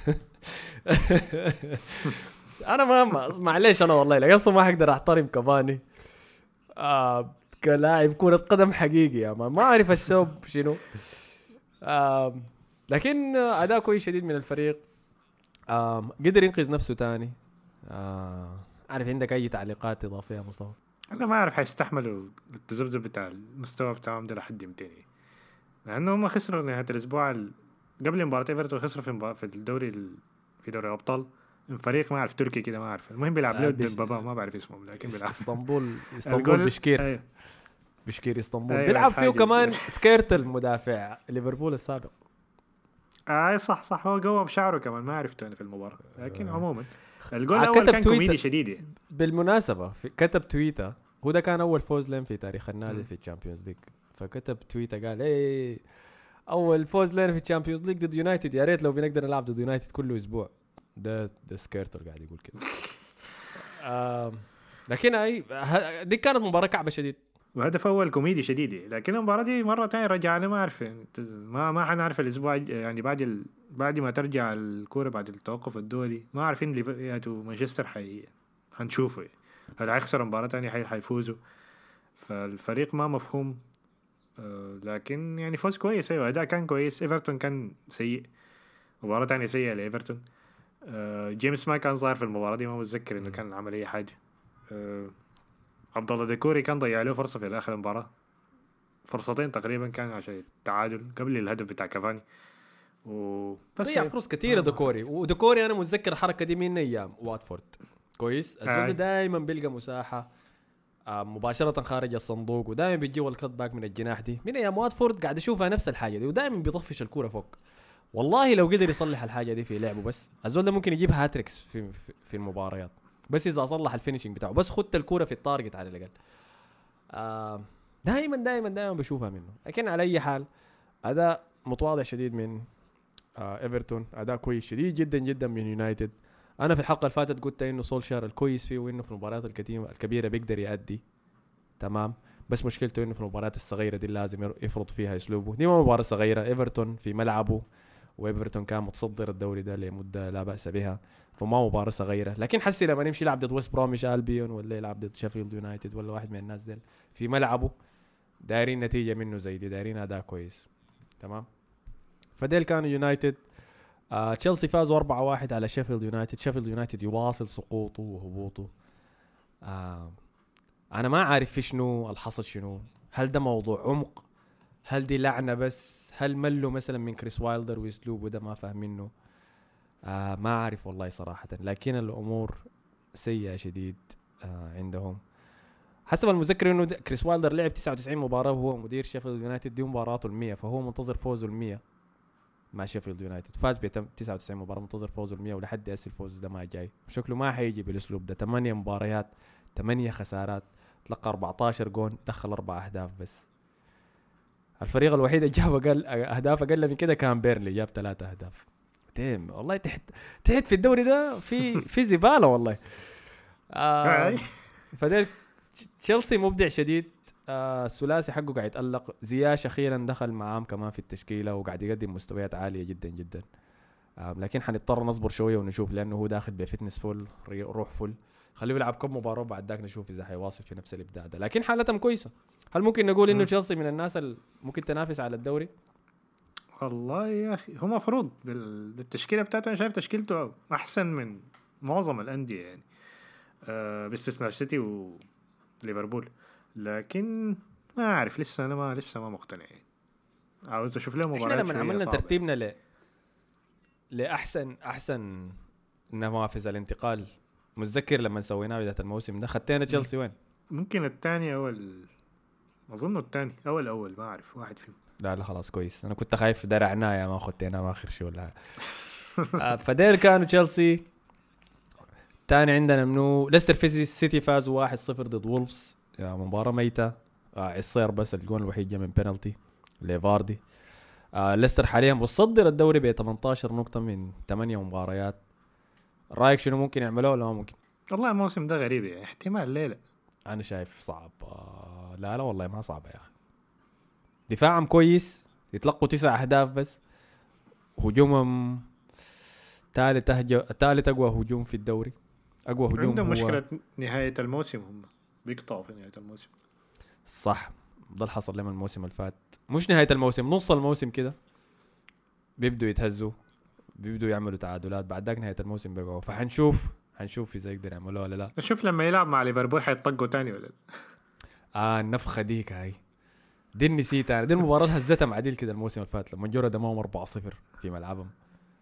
انا ما معليش انا والله لا اصلا ما حقدر احترم كافاني آه كلاعب كرة قدم حقيقي يا ما ما اعرف السبب شنو. آه لكن اداء كويس شديد من الفريق. آه قدر ينقذ نفسه تاني. آه عارف عندك اي تعليقات اضافيه مصطفى؟ انا ما اعرف حيستحملوا التذبذب بتاع المستوى بتاعهم ده لحد امتى، لانه هم خسروا نهايه الاسبوع ال... قبل مباراه ايفرتون خسروا في مبار... في الدوري ال... في دوري الابطال فريق ما اعرف تركي كده ما اعرف، المهم بيلعب له بش... بابا ما بعرف اسمه لكن بيلعب اسطنبول اسطنبول بشكير أيوه. بشكير اسطنبول أيوه بيلعب فيه كمان سكيرتل مدافع ليفربول السابق. اه صح صح هو قوم شعره كمان ما عرفته انا في المباراه، لكن آه. عموما الجول الاول كان كوميدي شديد. بالمناسبه في كتب تويتر هو ده كان اول فوز لهم في تاريخ النادي في الشامبيونز ليج، فكتب تويتر قال ايه اول فوز لنا في الشامبيونز ليج ضد يونايتد، يا ريت لو بنقدر نلعب ضد يونايتد كل اسبوع. ده ده سكيرتر قاعد يقول كده. آه لكن اي دي كانت مباراه كعبه شديد وهدف اول كوميدي شديد، لكن المباراه دي مره ثانيه رجعنا ما اعرف ما ما حنعرف الاسبوع يعني بعد ال... بعد ما ترجع الكوره بعد التوقف الدولي ما عارفين اللي مانشستر حي هنشوفه هل هيخسر مباراه ثانيه حي حيفوزوا، فالفريق ما مفهوم. آه لكن يعني فوز كويس. ايوه اداء كان كويس. ايفرتون كان سيء، مباراه ثانيه سيئه لايفرتون. آه جيمس ما كان ظاهر في المباراه دي، ما متذكر انه كان عمل اي حاجه. آه عبد الله ديكوري كان ضيع له فرصه في اخر المباراه، فرصتين تقريبا كان عشان التعادل قبل الهدف بتاع كافاني، وبس ضيع فرص كثيره ديكوري. وديكوري انا متذكر الحركه دي من ايام واتفورد كويس. الزول دائما بيلقى مساحه مباشره خارج الصندوق، ودائما بيجي الكت باك من الجناح دي من ايام واتفورد قاعد اشوفها نفس الحاجه دي، ودائما بيطفش الكوره فوق. والله لو قدر يصلح الحاجه دي في لعبه بس الزول ده ممكن يجيب هاتريكس في في المباريات، بس اذا صلح الفينيشنج بتاعه، بس خدت الكوره في التارجت على الاقل. آه دائما دائما دائما بشوفها منه. لكن على اي حال اداء متواضع شديد من آه ايفرتون، اداء كويس شديد جدا جدا من يونايتد. انا في الحلقه اللي فاتت قلت انه سولشار الكويس فيه وانه في المباريات الكبيره بيقدر يأدي تمام، بس مشكلته انه في المباريات الصغيره دي لازم يفرض فيها اسلوبه. دي ما مباراه صغيره، ايفرتون في ملعبه، وايفرتون كان متصدر الدوري ده لمده لا باس بها، فما مباراه صغيره. لكن حسي لما نمشي يلعب ضد ويست بروميش البيون ولا يلعب ضد شيفيلد يونايتد ولا واحد من الناس ديل في ملعبه، دايرين نتيجه منه زي دي، دايرين اداء كويس تمام. فديل كانوا يونايتد. آه، تشيلسي فازوا أربعة واحد على شيفيلد يونايتد. شيفيلد يونايتد يواصل سقوطه وهبوطه. آه انا ما عارف في شنو الحصل شنو، هل ده موضوع عمق، هل دي لعنة بس، هل ملوا مثلا من كريس وايلدر واسلوبه ده ما فاهمينه. آه ما عارف والله صراحة، لكن الامور سيئة شديد آه عندهم. حسب المذكر انه كريس وايلدر لعب تسعة وتسعين مباراة وهو مدير شيفيلد يونايتد، دي مباراته المية، فهو منتظر فوزه المية مع شيفيلد يونايتد. فاز ب تسعة وتسعين مباراة، منتظر فوزه المية، ولحد هسه الفوز ده ما جاي، شكله ما حيجي بالاسلوب ده. ثمانية مباريات، ثمانية خسارات، تلقى أربعة عشر جون، دخل أربع أهداف بس. الفريق الوحيد اللي جاب أقل أهداف أقل من كده كان بيرلي، جاب ثلاثة أهداف. تيم والله تحت تحت في الدوري ده في في زبالة والله. آه فدير تشيلسي مبدع شديد. آه الثلاثي حقه قاعد يتألق. زياش أخيرا دخل معام كمان في التشكيلة وقاعد يقدم مستويات عالية جدا جدا. آه لكن حنضطر نصبر شوية ونشوف، لأنه هو داخل بفتنس فول، روح فول. خليه يلعب كم مباراة بعد ذاك نشوف إذا حيواصل في نفس الإبداع ده. لكن حالتهم كويسة. هل ممكن نقول إنه تشيلسي من الناس اللي ممكن تنافس على الدوري؟ والله يا أخي هو مفروض بالتشكيلة بتاعته. أنا شايف تشكيلته أحسن من معظم الأندية يعني، أه باستثناء سيتي وليفربول. لكن ما أعرف لسه، أنا ما لسه ما مقتنع يعني. عاوز أشوف له مباراة. إحنا لما عملنا ترتيبنا ل لأحسن أحسن نوافذ الانتقال، متذكر لما سويناه بداية الموسم ده خدتنا تشيلسي وين؟ ممكن الثاني أو ال... أظن الثاني أو الأول، ما أعرف واحد فيهم. لا لا خلاص كويس، أنا كنت خايف درعناه يا ما خدتنا ما آخر شيء ولا آه فدير كانوا تشيلسي. تاني عندنا منو ليستر في سيتي فازوا واحد صفر ضد وولفز، مباراة ميتة. آه عصير بس الجون الوحيد جاء من بينالتي ليفاردي. آه ليستر حاليا متصدر الدوري ب ثمانية عشر نقطة من ثمانية مباريات. رأيك شنو ممكن يعملوه ولا ما ممكن؟ والله الموسم ده غريب يعني، احتمال ليلة. أنا شايف صعب. آه لا لا والله ما صعب يا أخي. دفاعهم كويس، يتلقوا تسع أهداف بس. هجومهم ثالث هجو... ثالث أقوى هجوم في الدوري. أقوى هجوم عندهم هو مشكلة نهاية الموسم، هم بيقطعوا في نهاية الموسم. صح، ده اللي حصل لهم الموسم اللي فات. مش نهاية الموسم، نص الموسم كده بيبدوا يتهزوا، بيبدوا يعملوا تعادلات، بعد ذاك نهاية الموسم بيقعوا. فحنشوف حنشوف إذا يقدر يعملوها ولا لا. نشوف لما يلعب مع ليفربول حيطقوا تاني ولا لا. آه النفخة ديك هاي دي نسيت أنا. دي المباراة هزتها معديل كده الموسم اللي فات لما جورا دمهم أربعة صفر في ملعبهم.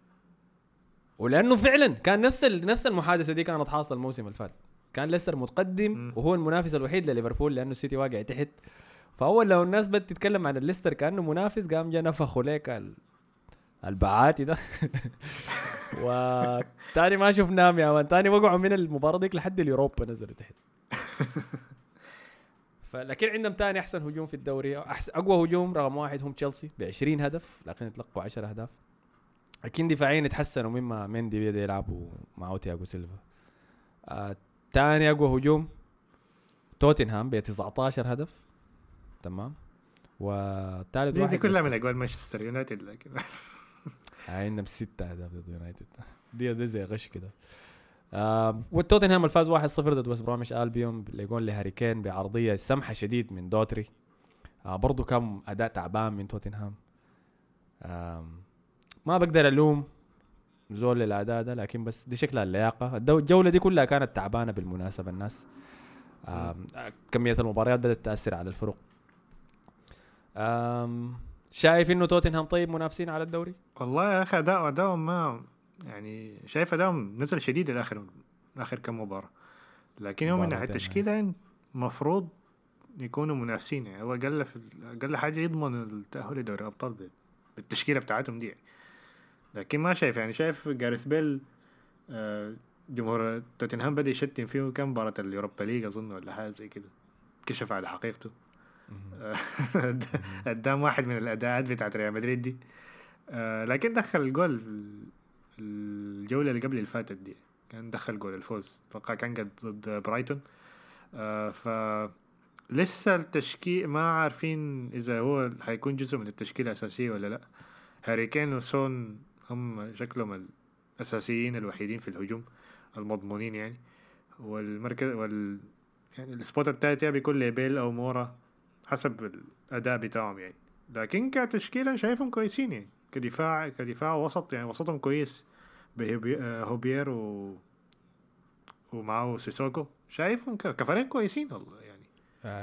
ولأنه فعلا كان نفس ال... نفس المحادثة دي كانت حاصلة الموسم اللي فات. كان ليستر متقدم م. وهو المنافس الوحيد لليفربول لأنه السيتي واقع تحت. فأول لو الناس بدت تتكلم عن الليستر كأنه منافس، قام جا نفخوا ليك ال... البعاتي ده. وتاني ما شفناهم يا مان، تاني وقعوا من المباراة ديك لحد اليوروبا نزلوا تحت. فلكن عندهم تاني أحسن هجوم في الدوري، أحسن أقوى هجوم رقم واحد هم تشيلسي بعشرين هدف، لكن يتلقوا عشر أهداف. لكن دفاعيا يتحسنوا مما مندي بيده يلعبوا مع تياغو سيلفا. آه تاني أقوى هجوم توتنهام ب تسعة عشر هدف تمام. والثالث دي, واحد دي كلها من أقوال مانشستر يونايتد، لكن عندنا ستة أهداف ضد يونايتد. دي دي زي غش كده. آه والتوتنهام الفاز واحد صفر ضد ويست بروميش البيون بجون لهاري كين بعرضية سمحة شديد من دوتري. آه برضو كان أداء تعبان من توتنهام. آه ما بقدر ألوم زول الأداء ده، لكن بس دي شكلها اللياقة. الجولة دي كلها كانت تعبانة بالمناسبة. الناس آه كمية المباريات بدأت تأثر على الفرق. آه شايف إنه توتنهام طيب منافسين على الدوري؟ والله يا أخي أداء أداء ما يعني، شايف أداءهم نزل شديد الآخر آخر كم مباراة. لكن يوم من التشكيلة مفروض يكونوا منافسين يعني. هو قال في قال حاجة يضمن التأهل لدوري الأبطال بالتشكيلة بتاعتهم دي. لكن ما شايف يعني، شايف جاريث بيل جمهور توتنهام بدأ يشتم فيه كم مباراة اليوروبا ليج أظن ولا حاجة زي كده، كشف على حقيقته. قدام واحد من الاداءات بتاعت ريال مدريد دي. آه لكن دخل الجول الجوله اللي قبل اللي فاتت دي، كان دخل جول الفوز، اتوقع كان قد ضد برايتون. آه ف لسه التشكيل ما عارفين اذا هو حيكون جزء من التشكيله الاساسيه ولا لا. هاري كين وسون هم شكلهم الاساسيين الوحيدين في الهجوم المضمونين يعني، والمركز وال يعني السبوت التالت بيكون ليبيل او مورا حسب الاداء بتاعهم يعني. لكن كتشكيله شايفهم كويسين يعني، كدفاع كدفاع وسط يعني وسطهم كويس بهوبير و ومعه سيسوكو، شايفهم كفريق كويسين والله يعني. آه.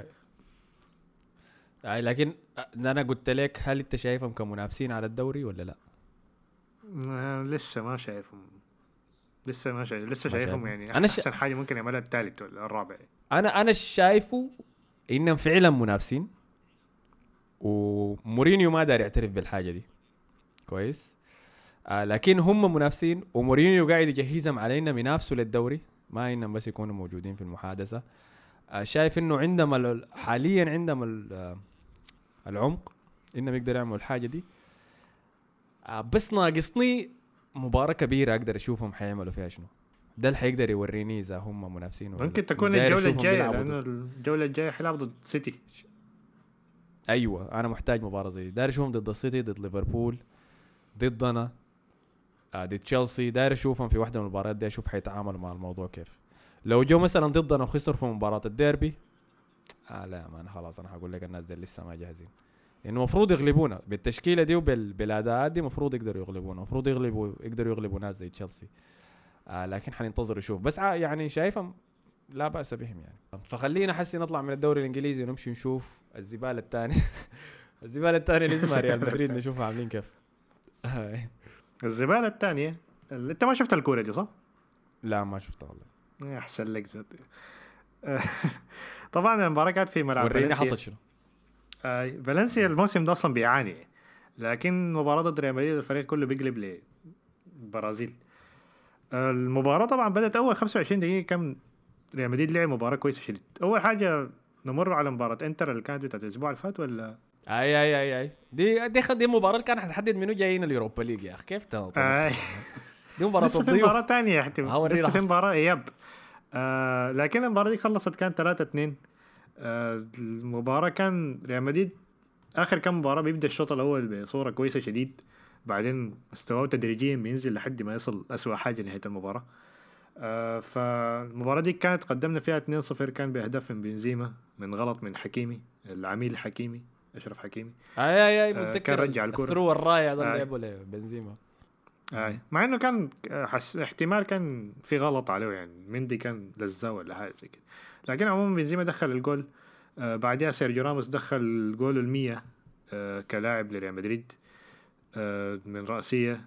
آه لكن انا قلت لك هل انت شايفهم كمنافسين على الدوري ولا لا؟ آه لسه ما شايفهم، لسه ما شايف لسه شايفهم شايفهم. يعني أنا احسن ش... حاجه ممكن يعملها الثالث ولا الرابع. انا انا شايفه انهم فعلا منافسين، ومورينيو ما دار يعترف بالحاجه دي كويس. آه لكن هم منافسين، ومورينيو قاعد يجهزهم على انهم ينافسوا للدوري، ما انهم بس يكونوا موجودين في المحادثه. آه شايف انه عندهم حاليا عندهم العمق انهم يقدروا يعملوا الحاجه دي. آه بس ناقصني مباراه كبيره اقدر اشوفهم حيعملوا فيها شنو. ده اللي حيقدر يوريني اذا هم منافسين ولا ممكن تكون الجوله الجايه، لانه الجوله الجايه حيلعبوا ضد سيتي. ايوه انا محتاج مباراه زي دي، داير اشوفهم ضد السيتي، ضد ليفربول، ضدنا، ضد تشيلسي. داير اشوفهم في واحده من المباريات دي، اشوف حيتعاملوا مع الموضوع كيف. لو جو مثلا ضدنا وخسروا في مباراه الديربي، آه لا ما انا خلاص انا هقول لك الناس دي لسه ما جاهزين، لانه يعني المفروض يغلبونا بالتشكيله دي وبالاداءات دي، المفروض يقدروا يغلبونا، المفروض يغلبوا يقدروا يغلبوا ناس زي تشيلسي. آه لكن حننتظر نشوف. بس يعني شايفهم لا بأس بهم يعني. فخلينا حسي نطلع من الدوري الانجليزي ونمشي نشوف الزباله الثاني الزباله الثانيه اللي اسمها ريال مدريد، نشوفها عاملين كيف. الزباله الثانيه اللي انت ما شفت الكوره دي صح؟ لا ما شفتها والله. احسن لك زاد. طبعا المباراه كانت في ملعب فالنسيا. حصل شنو؟ آه فالنسيا الموسم ده اصلا بيعاني، لكن مباراه ضد ريال مدريد الفريق كله بيقلب للبرازيل. المباراة طبعا بدأت أول خمسة وعشرين دقيقة كم ريال مدريد لعب مباراة كويسة شديد. أول حاجة نمر على مباراة إنتر اللي كانت بتاعت الأسبوع اللي فات ولا أي أي أي أي دي دي خد دي مباراة اللي كانت هتحدد منو جايين اليوروبا ليج يا أخي. كيف تنطلق آه. دي مباراة لسه في مباراة تانية احتمال، لسه في مباراة إياب. آه لكن المباراة دي خلصت كان ثلاثة اثنين. آه المباراة كان ريال مدريد آخر كم مباراة بيبدأ الشوط الأول بصورة كويسة شديد، بعدين مستواه تدريجيا بينزل لحد ما يصل أسوأ حاجة نهاية المباراة. آه فالمباراة دي كانت قدمنا فيها اثنين صفر، كان بأهداف من بنزيما من غلط من حكيمي، العميل الحكيمي أشرف حكيمي. اي اي اي متذكر. آه كان رجع الكرة الثرو الرائع ده اللي لعبه لبنزيما. آه مع انه كان حس احتمال كان في غلط عليه يعني، مندي كان لزاه ولا حاجة زي كده، لكن عموما بنزيما دخل الجول. آه بعدها سيرجيو راموس دخل الجول المية آه كلاعب لريال مدريد آه من رأسية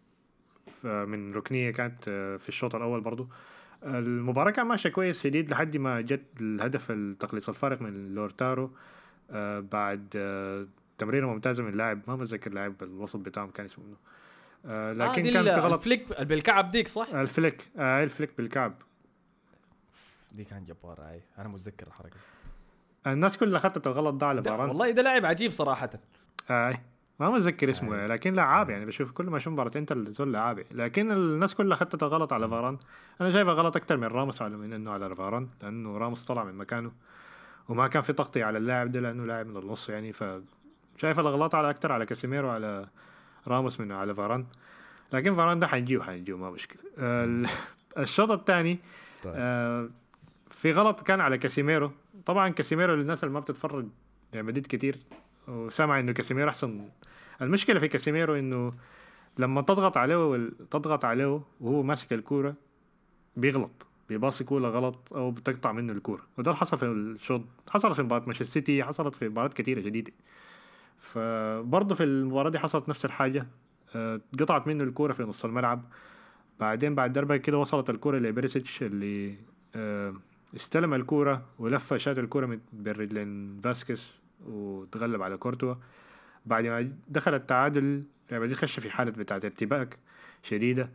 من ركنية كانت في الشوط الأول برضو. المباراة كان ماشية كويس شديد لحد ما جت الهدف التقليص الفارق من لورتارو آه بعد آه تمريرة ممتازة من لاعب ما متذكر لاعب الوسط بتاعهم كان اسمه منه. آه لكن آه كان في غلط. الفليك بالكعب ديك صح؟ الفليك آه الفليك بالكعب دي كان جبارة. هاي أنا متذكر الحركة. الناس كلها خطت الغلط ده على فاران. والله ده لاعب عجيب صراحة. آه ما متذكر اسمه آه. لكن لاعب يعني بشوف كل ما اشوف مباراة انتر زول لاعب، لكن الناس كلها خطت الغلط على فاران. انا شايفه غلط اكتر من راموس على من انه على فاران، لانه راموس طلع من مكانه وما كان في تغطية على اللاعب ده لانه لاعب من النص يعني. فشايف الغلط على اكتر على كاسيميرو على راموس من على فاران، لكن فاران ده حنجيه حنجيه ما مشكلة. آه الشوط الثاني طيب. آه في غلط كان على كاسيميرو. طبعا كاسيميرو للناس اللي ما بتتفرج يعني مديد كتير وسامع انه كاسيميرو احسن. المشكله في كاسيميرو انه لما تضغط عليه تضغط عليه وهو ماسك الكوره بيغلط، بيباصي كوره غلط او بتقطع منه الكوره، وده اللي حصل في الشوط، حصل في مباراه مانشستر سيتي، حصلت في مباريات كتيره جديده. فبرضه في المباراه دي حصلت نفس الحاجه، قطعت منه الكوره في نص الملعب. بعدين بعد ضربه كده وصلت الكوره لبيريسيتش اللي استلم الكوره ولف شات الكوره من بالرجلين فاسكيز وتغلب على كورتوا. بعد ما دخل التعادل يعني خش في حالة بتاعة ارتباك شديدة.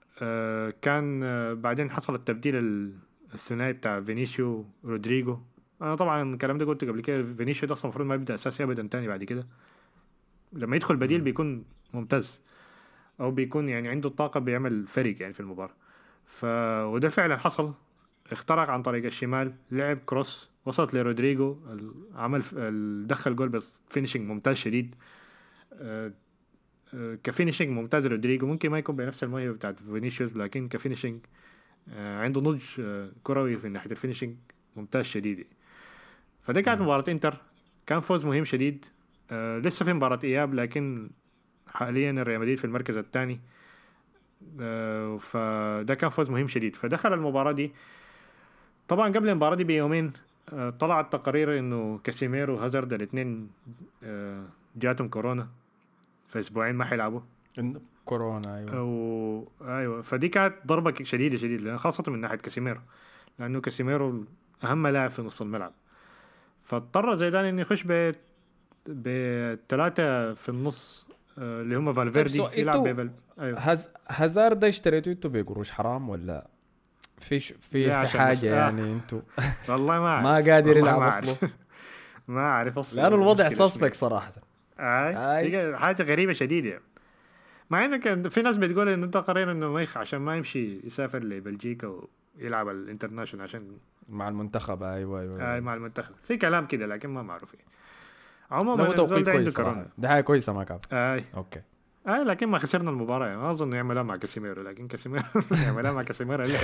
آه كان آه بعدين حصل التبديل الثنائي بتاع فينيسيو ورودريجو انا طبعا الكلام ده قلته قبل كده، فينيسيوس اصلا المفروض ما يبدا اساسي ابدا تاني بعد كده، لما يدخل بديل بيكون ممتاز، او بيكون يعني عنده الطاقه بيعمل فريق يعني في المباراه. ف وده فعلا حصل، اخترق عن طريق الشمال، لعب كروس وصلت لرودريجو، ال- عمل ف- ال- دخل جول بس فينيشنج ممتاز شديد. آه، آه، كفينيشنج ممتاز رودريجو، ممكن ما يكون بنفس الموهبه بتاعت فينيسيوس، لكن كفينيشنج آه، عنده نضج آه، كروي في ناحيه الفينيشنج ممتاز شديد. فده كانت مم. مباراة انتر، كان فوز مهم شديد. آه لسه في مباراة اياب، لكن حاليا الريال مدريد في المركز الثاني. آه فده كان فوز مهم شديد، فدخل المباراة دي. طبعا قبل المباراة دي بيومين آه طلعت تقارير انه كاسيميرو وهازارد الاثنين آه جاتهم كورونا، في اسبوعين ما حيلعبوا. إن- كورونا ايوه. او ايوه، فدي كانت ضربة شديدة شديد، لأن خاصة من ناحية كاسيميرو، لانه كاسيميرو اهم لاعب في نص الملعب. فاضطر زيدان انه يخش ب بثلاثة في النص آه، اللي هم طيب فالفيردي سؤال، يلعب انتوا بفال. ايوه هز... هازارد ده اشتريتوه انتوا بقروش حرام ولا في ش... في لا، في عشان بس حاجه آه. يعني انتوا والله ما ما اعرف، قادر والله يلعب ما اصله؟ اعرف ما اعرف اصلا لانه الوضع المشكلة شنو. سسبك صراحه. اي اي دي حاجة غريبة شديدة يعني. مع انه كان في ناس بتقول ان انت قرير انه ما يخ عشان ما يمشي يسافر لبلجيكا ويلعب الانترناشونال عشان مع المنتخب ايوه ايوه, آي أيوة. مع المنتخب، في كلام كده لكن ما معروف يعني. لا عموما هو الزول توقيت ده عنده كويس صراحه، كورونا. ده حاجه كويسه ما كاب. اي اوكي اي لكن ما خسرنا المباراة يعني، ما اظن يعملها مع كاسيميرو، لكن كاسيميرو يعملها مع كاسيميرو لا.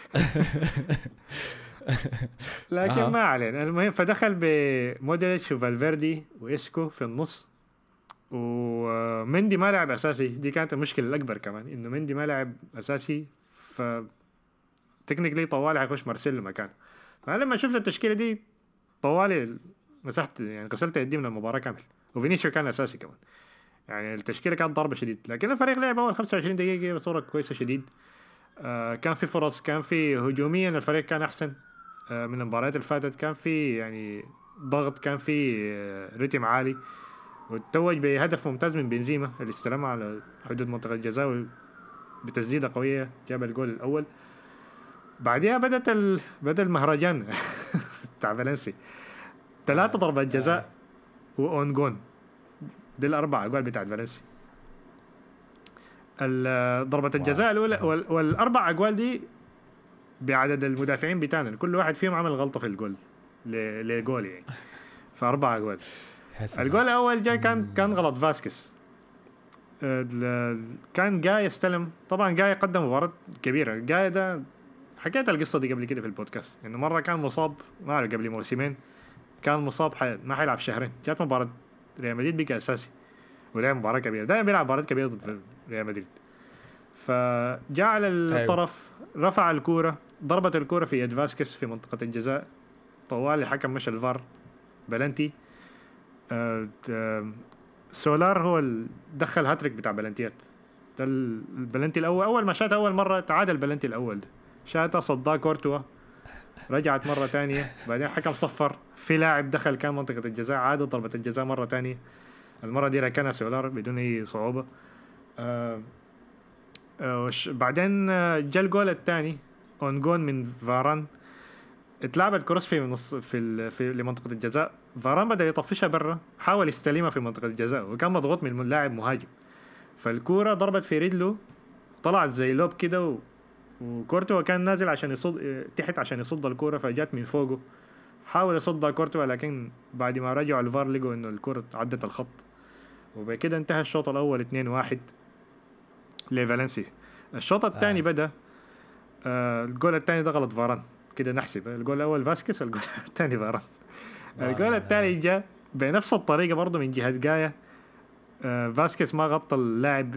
لكن أها. ما علينا، المهم فدخل بمودريتش وفالفيردي وإسكو في النص، ومندي ما لعب اساسي. دي كانت المشكله الاكبر كمان، انه مندي ما لعب اساسي، ف تكنيكلي طوالي حيخش مارسيلو مكان. فانا لما شفت التشكيله دي طوالي مسحت يعني، غسلت يدي من المباراه كامل. وفينيسيو كان اساسي كمان، يعني التشكيله كانت ضربه شديد، لكن الفريق لعب اول خمسة وعشرين دقيقه بصوره كويسه شديد. آه كان في فرص، كان في هجوميا الفريق كان احسن آه من المباريات اللي فاتت، كان في يعني ضغط، كان في آه رتم عالي، وتوج بهدف ممتاز من بنزيما اللي استلمها على حدود منطقة الجزاء بتسديدة قوية، جاب الجول الأول. بعدها بدأت ال... بدأ المهرجان بتاع فالنسي، ثلاثة ضربات جزاء وأون جون، دي الأربع أجوال بتاعت فالنسي. ال- ضربة الجزاء الأولى وال... والأربع أجوال دي بعدد المدافعين بتاعنا، كل واحد فيهم عمل غلطة في الجول ل... لجول يعني، فأربع أجوال. الجول الأول جاي كان كان غلط فاسكس، كان جاي يستلم. طبعا جاي قدم مباراة كبيرة، جاي ده حكيت القصة دي قبل كده في البودكاست، انه مرة كان مصاب، ما اعرف قبل موسمين كان مصاب حي... ما حيلعب شهرين، جات مباراة ريال مدريد بقى اساسي ولعب مباراة كبيرة، دائما بيلعب مباراة كبيرة ضد ريال مدريد. فجاء على الطرف رفع الكورة، ضربت الكورة في يد فاسكس في منطقة الجزاء، طوال الحكم مشى الفار بلنتي. أه... أه... سولار هو اللي دخل هاتريك بتاع بلنتيات، ده البلنتي الاول، اول ما شات اول مره تعادل البلنتي الاول، شاته صداه كورتوا، رجعت مره تانية، بعدين حكم صفر، في لاعب دخل كان منطقه الجزاء، عاد ضربه الجزاء مره تانية، المره دي ركنها سولار بدون اي صعوبه. آه آه بعدين جا الجول الثاني اون جون من فاران، اتلعبت كروس في نص في في لمنطقه الجزاء، فاران بدا يطفشها برا، حاول يستلمها في منطقه الجزاء وكان مضغوط من اللاعب مهاجم، فالكوره ضربت في رجله، طلعت زي لوب كده و... وكورتوا كان نازل عشان يصد تحت عشان يصد الكوره، فجات من فوقه، حاول يصدها كورتوا، لكن بعد ما رجعوا الفار لقوا انه الكوره عدت الخط، وبكده انتهى الشوط الاول اثنين واحد لفالنسيا. الشوط الثاني آه. بدا آه الجول الثاني ده غلط فاران، كده نحسب الجول الاول فاسكس والجول الثاني فاران. الجول الثاني جاء بنفس الطريقه برضه من جهه جايه، آه فاسكس ما غطى اللاعب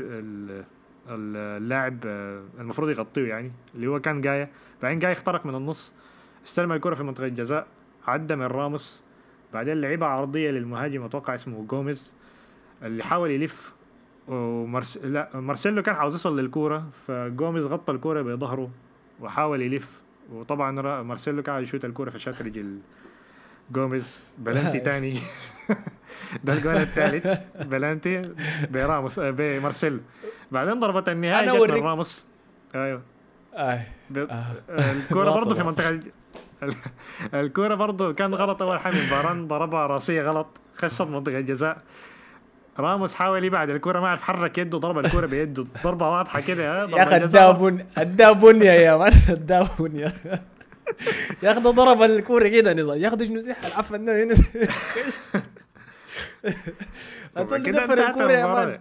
اللاعب المفروض يغطيه يعني، اللي هو كان جايه، بعدين جاي اخترق من النص، استلم الكرة في منطقة الجزاء، عدى من راموس، بعدين لعبها عرضية للمهاجم اتوقع اسمه جوميز اللي حاول يلف، ومرس... لا مارسيلو كان عاوز يوصل للكورة، فجوميز غطى الكورة بظهره وحاول يلف، وطبعا را... مارسيلو كان يشوت الكورة في شات رجل جوميز، بلنتي تاني. ده الجول الثالث بلنتي براموس بمارسيلو، بعدين ضربة النهاية جت من راموس. ايوه آه. ب... الكورة برضه في منطقة الكوره برضو كان غلط اول حاجه. فاران ضربها راسيه غلط، خشت منطقه الجزاء. راموس حاول يبعد الكوره، ما عرف حرك يده، ضرب الكوره بيده ضربه واضحه كده. يا اخي الدابون الدابون يا مان الدابون يا يا اخي ضرب الكوره كده نظام يا اخي شنو زح العفن ده هنا اصل دفن الكوره يا مان.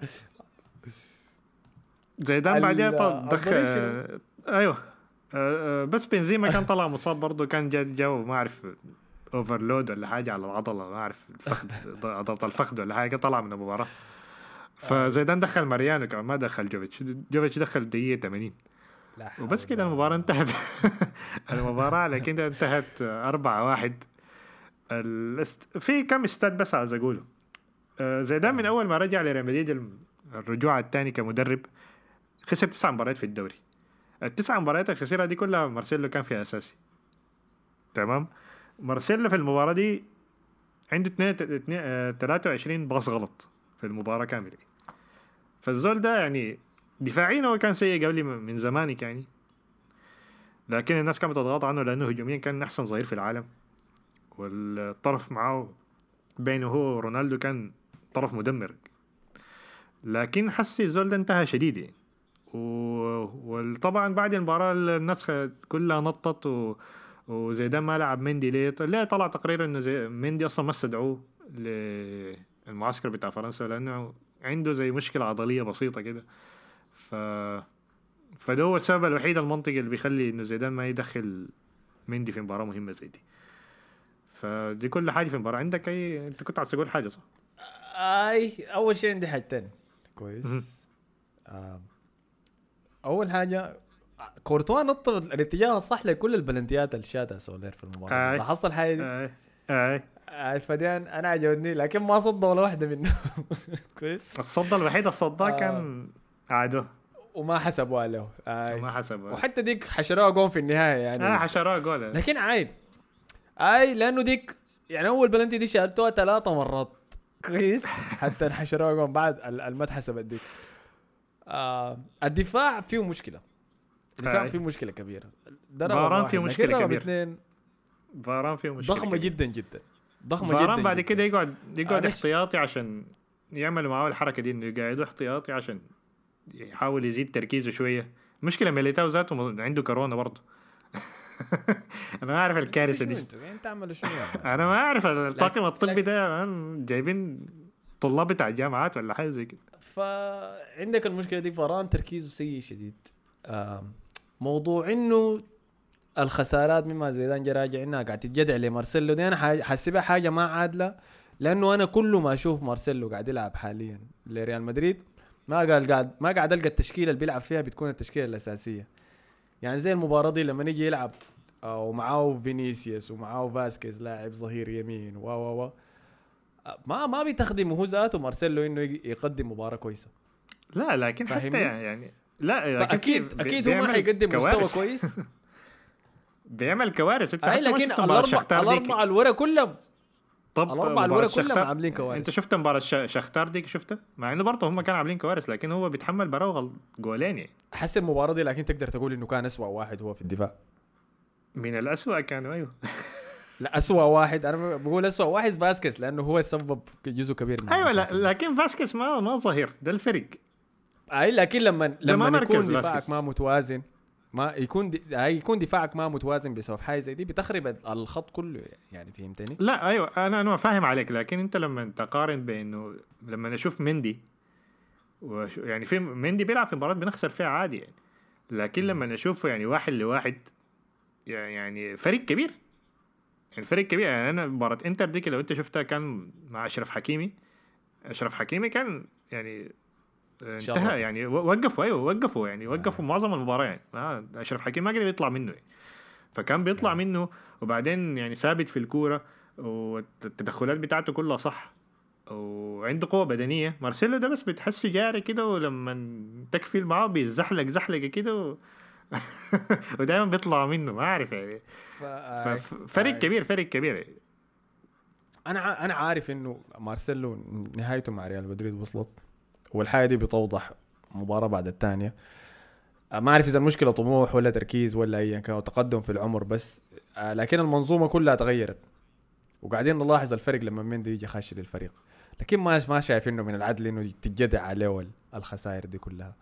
زيدان بعدين دخل ايوه بس بنزيما كان طلع مصاب برضه، كان جا جو ما اعرف اوفرلود ولا حاجه على العضله، ما اعرف الفخذ عضله الفخذ ولا حاجه، طلع من المباراه. فزيدان دخل ماريانو كمان، ما دخل جوفيتش. جوفيتش دخل دقيقه ثمانين وبس كده المباراه انتهت. المباراه لكن انتهت أربعة واحد. الاست... في كم استاد بس عايز اقوله. زيدان من اول ما رجع لريال مدريد الرجوع الثاني كمدرب خسر تسع مباريات في الدوري. التسع مباريات الخسيرة دي كلها مارسيلو كان فيها أساسي. تمام. مارسيلو في المباراة دي عنده ثلاثة وعشرين باص غلط في المباراة كاملة. فالزول ده يعني دفاعيا هو كان سيء قبل من زمانك يعني، لكن الناس كانت تضغط عنه لأنه هجوميا كان أحسن ظهير في العالم، والطرف معه بينه هو ورونالدو كان طرف مدمر. لكن حسي الزول ده انتهى شديد يعني. وطبعا بعد المباراة الناس كلها نطت و... وزيدان ما لعب مندي ليه. ليه طلع تقرير انه زي مندي اصلا ما استدعوه للمعسكر بتاع فرنسا لانه عنده زي مشكلة عضلية بسيطة كده. ف فده هو السبب الوحيد المنطقي اللي بيخلي انه زيدان ما يدخل مندي في مباراة مهمة زي دي. فدي كل حاجة في المباراة. عندك اي انت كنت عايز تقول حاجة صح؟ اي اول شيء عندي حاجتين كويس. آه. اول حاجه كورتوا نط الاتجاه الصح لكل البلنتيات اللي شاتها سولير في المباراه. لاحظت الحاجه دي؟ اي اي اي فديان انا عجبني لكن ما صد ولا واحده منهم. كويس. الصد الوحيد الصداه آه. كان عادو وما حسبوا له. اي وما حسبوا. وحتى ديك حشروها جون في النهايه يعني. اه حشروها جول. لكن عيب اي لانه ديك يعني اول بلنتي دي شالتوها ثلاثه مرات كويس حتى الحشروها جون بعد ما اتحسبت ديك. آه الدفاع فيه مشكلة. الدفاع فيه مشكلة كبيرة. فاران فيه مشكلة كبيرة. فاران فيه مشكلة ضخمة جدا جدا ضخمة جدا. فاران بعد كده يقعد يقعد احتياطي عشان يعملوا معاه الحركة دي، انه يقعدوا احتياطي عشان يحاول يزيد تركيزه شوية. مشكلة ميليتاو ذاته عنده كورونا برضه. انا ما اعرف الكارثة دي. انت عملوا شنو؟ انا ما اعرف الطاقم الطبي ده جايبين طلاب بتاع الجامعات ولا حاجة زي كده. فعندك المشكلة دي. فاران تركيزه سيء شديد. موضوع انه الخسارات مما زيدان جراجع انها قاعد تتجدع لمارسيلو دي انا حاسبها حاجة ما عادلة، لانه انا كل ما اشوف مارسيلو قاعد يلعب حاليا لريال مدريد ما قال قاعد ما قاعد القى التشكيلة اللي بيلعب فيها بتكون التشكيلة الاساسية. يعني زي المباراة دي لما نيجي يلعب ومعاه فينيسيوس ومعاه فاسكيز لاعب ظهير يمين و و و ما ما بيتخدم هو ذاته مارسيلو انه يقدم مباراه كويسه. لا لكن حتى يعني لا اكيد اكيد هو ما حيقدم مستوى كويس. بيعمل كوارث. انت حتى لكن الاربعه الورا كلهم طب الاربعه الورا كلهم عاملين كوارث. انت شفت مباراه شختار دي شفتها؟ مع انه برضه هم كانوا عاملين كوارث لكن هو بيتحمل براوغ جولين يعني. حس المباراه دي لكن تقدر تقول انه كان اسوأ واحد هو في الدفاع. من الاسوأ كانوا ايوه. لا أسوأ واحد انا بقول أسوأ واحد فاسكيز لانه هو سبب جزء كبير من ايوه لا لكن فاسكيز ما ما ظهير ده الفرق. اي لكن لما لما يكون دفاعك ما متوازن ما يكون دي... يكون دفاعك ما متوازن بسبب حاجه زي دي بتخرب الخط كله يعني. فهمتني؟ لا ايوه انا انا فاهم عليك لكن انت لما تقارن بانه لما نشوف مندي وش... يعني في مندي بيلعب في مباراه بنخسر فيها عادي يعني، لكن لما نشوفه يعني واحد لواحد يعني فريق كبير يعني فريق كبير. يعني انا مباراه انتر ديك لو انت شفتها كان مع اشرف حكيمي. اشرف حكيمي كان يعني انتهى يعني وقفوا ايوه وقفوا يعني وقفوا معظم المباراه يعني ما اشرف حكيمي ما قدر يطلع منه يعني. فكان بيطلع منه وبعدين يعني ثابت في الكوره والتدخلات بتاعته كلها صح وعنده قوه بدنيه. مارسيلو ده بس بتحسه جاري كده ولما تكفيل معاه بيزحلق زحلقه كده و... ودائما بيطلع منه ما اعرف يعني. فريق كبير فريق كبير يعني. انا انا عارف انه مارسيلو نهايته مع ريال مدريد وصلت والحاجه دي بتوضح مباراه بعد الثانيه. ما اعرف اذا المشكله طموح ولا تركيز ولا اي كان تقدم في العمر، بس آه لكن المنظومه كلها تغيرت، وقاعدين نلاحظ الفرق لما مندي يجي خاشي للفريق. لكن ما ما شايف انه من العدل انه تتجدع عليه الخسائر دي كلها.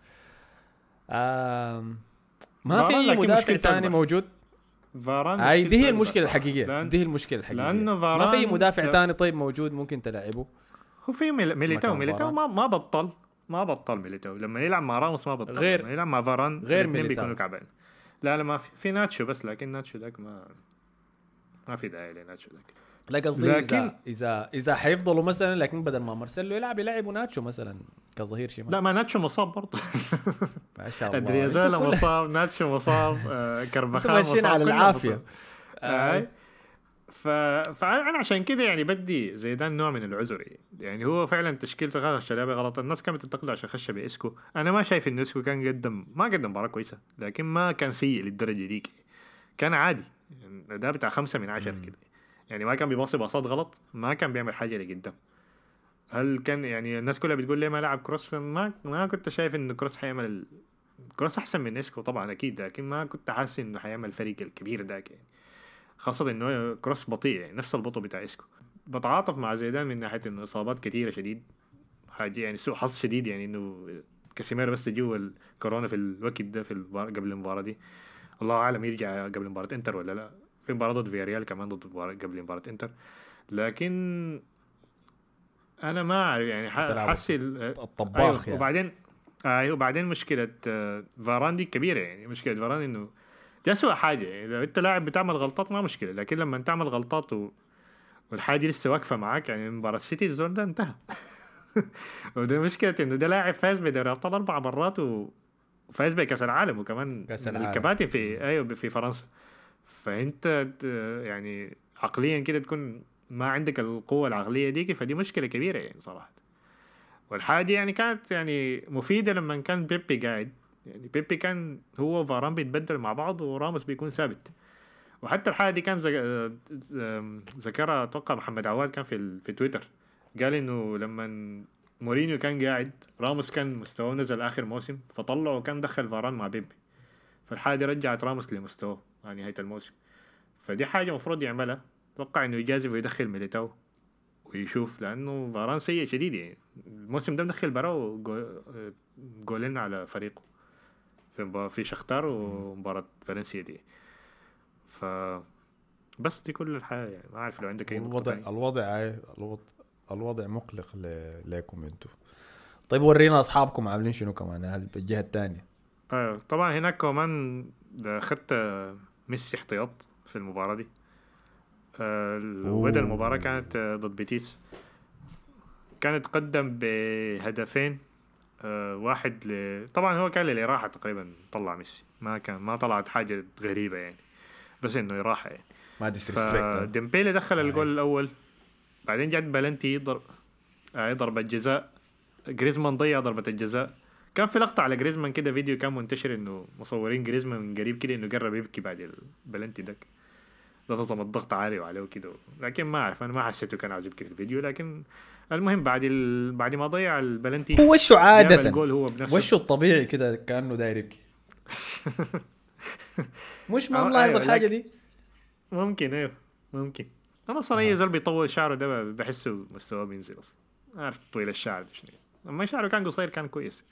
ما في مدافع تاني موجود. فاران هاي دي هي المشكله الحقيقيه، دي هي المشكله الحقيقيه لانه ما في مدافع تاني طيب موجود ممكن تلعبه. هو في ميليتاو ميليتاو ما ما بطل ما بطل ميليتاو لما يلعب مع راموس ما بطل، غير لما يلعب مع فاران غير ميليتاو بيكونوا كعبان. لا لا ما في في ناتشو بس، لكن ناتشو ذاك ما ما في داعي لناتشو ذاك. لا قصدي لكن... اذا اذا اذا حيفضلوا مثلا، لكن بدل ما مارسيلو يلعب يلعبوا ناتشو مثلا كظهير شمال. لا ما ناتشو مصاب برضه ما شاء الله. ادريازالا مصاب، ناتشو مصاب، آه كربخان ماشيين على العافيه. آه. ف... فانا عشان كده يعني بدي زيدان نوع من العذر. يعني هو فعلا تشكيلته خش لعبه غلط. الناس كانت تنتقده عشان خش باسكو. انا ما شايف ان اسكو كان قدم ما قدم مباراه كويسه، لكن ما كان سيء للدرجه ديك، كان عادي. ده بتاع خمسة من عشرة كده يعني. ما كان بيباصي باصات غلط، ما كان بيعمل حاجه لقدام. هل كان يعني الناس كلها بتقول ليه ما لعب كروس؟ ما ما كنت شايف ان كروس حيعمل ال... كروس احسن من اسكو طبعا اكيد، لكن ما كنت حاسس انه حيعمل الفريق الكبير داك يعني، خاصه انه كروس بطيء يعني نفس البطء بتاع اسكو. بتعاطف مع زيدان من ناحيه انه اصابات كثيره شديد، حاجه يعني سوء حظ شديد يعني، انه كاسيميرو بس جوا الكورونا في الوقت ده في البار... قبل المباراه دي. الله اعلم يرجع قبل مباراه انتر ولا لا. في مباراه ضد فياريال كمان ضد مباراة قبل مباراه انتر. لكن انا ما اعرف يعني حاسس الطباخ أيوه. يعني. وبعدين ايوه وبعدين مشكله فاران دي كبيره يعني. مشكله فاران انه دي اسوء حاجه يعني. لو انت لاعب بتعمل غلطات ما مشكله، لكن لما تعمل غلطات و... والحاجه لسه واقفه معاك يعني. مباراه السيتي الزون ده انتهى وده مشكله انه ده لاعب فاز بدوري ابطال اربع مرات و... وفاز بكاس العالم وكمان الكباتن في ايوه في فرنسا. فانت يعني عقليا كده تكون ما عندك القوه العقليه دي، فدي مشكله كبيره يعني صراحه. والحاجه يعني كانت يعني مفيده لما كان بيبي قاعد يعني. بيبي كان هو وفاران بيتبدل مع بعض وراموس بيكون ثابت. وحتى الحاجه دي كان ذكرها اتوقع محمد عواد كان في في تويتر، قال انه لما مورينيو كان قاعد راموس كان مستواه نزل اخر موسم، فطلعه وكان دخل فاران مع بيبي، فالحاجه رجعت راموس لمستواه على نهايه الموسم. فدي حاجه مفروض يعملها. اتوقع انه يجازف ويدخل ميليتاو ويشوف، لانه فاران سيء شديد يعني. الموسم ده مدخل براو جولين على فريقه في في شختار ومباراة فالنسيا دي. ف بس دي كل الحياة يعني. ما عارف لو عندك اي الوضع الوضع الوضع الوضع مقلق لكم انتم. طيب ورينا اصحابكم عاملين شنو كمان هل بالجهة الثانية؟ ايوه طبعا هناك كمان اخذت ميسي احتياط في المباراة دي. وبدأ المباراة كانت ضد بيتيس، كانت قدم بهدفين. أه واحد ل... طبعا هو كان اللي راحة تقريبا طلع ميسي، ما كان ما طلعت حاجة غريبة يعني، بس انه يراحة يعني. ما ديسريسبكت. ديمبيلي دخل آه. الجول الاول، بعدين جت بلنتي ضرب آه ضربة جزاء. جريزمان ضيع ضربة الجزاء. كان في لقطة على جريزمان كده فيديو كان منتشر انه مصورين جريزمان من قريب كده انه قرب يبكي بعد البلنتي دك. ده تصم الضغط عالي وعليه كده، لكن ما اعرف انا ما حسيته كان عاوز يبكي في الفيديو. لكن المهم بعد ال... بعد ما ضيع البلنتي هو وشه عادة هو وشه الطبيعي كده كأنه داير يبكي مش ما ملاحظ الحاجة دي. ممكن ايوه ممكن. انا صراحة آه. زول بيطول شعره ده بحسه مستواه بينزل اصلا. عارف طويل الشعر ده شنو، اما شعره كان قصير كان كويس.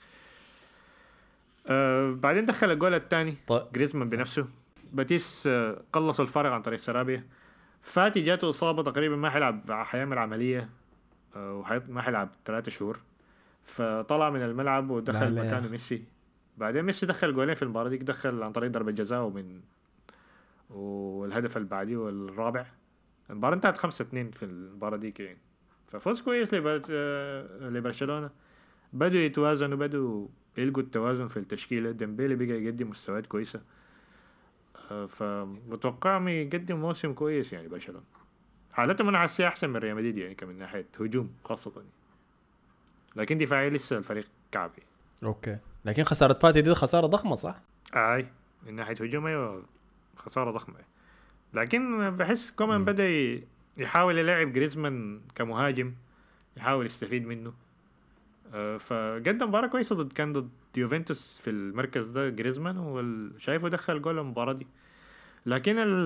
آه بعدين دخل الجول الثاني طيب. جريزمان بنفسه. باتيس آه قلصوا الفارق عن طريق سرابيا. فاتي جاته إصابة تقريبا ما حيلعب، حيعمل عملية آه وما حيلعب ثلاثة شهور، فطلع من الملعب ودخل مكانه ميسي. بعدين ميسي دخل جولين في المباراة دي، دخل عن طريق ضربة جزاء ومن والهدف اللي بعديه والرابع. المباراة انتهت خمسة اثنين في المباراة دي كين. ففوز كويس لبرشلونة. بدوا يتوازنوا، بدوا يلقوا التوازن في التشكيلة. ديمبيلي بقى يقدم مستويات كويسة، فمتوقع مي يقدم موسم كويس يعني. برشلونة حالته منعسية أحسن من ريال مدريد يعني كمن ناحية هجوم خاصة، لكن دفاعي لسه الفريق كعبي. أوكي لكن خسارة فاتي دي خسارة ضخمة صح؟ آي من ناحية هجوم أيوة خسارة ضخمة. لكن بحس كومان بدأ يحاول يلعب جريزمان كمهاجم، يحاول يستفيد منه. أه فقدم مباراة كويسة ضد كان ضد يوفنتوس في المركز ده جريزمان، وشايفه دخل جول المباراة دي. لكن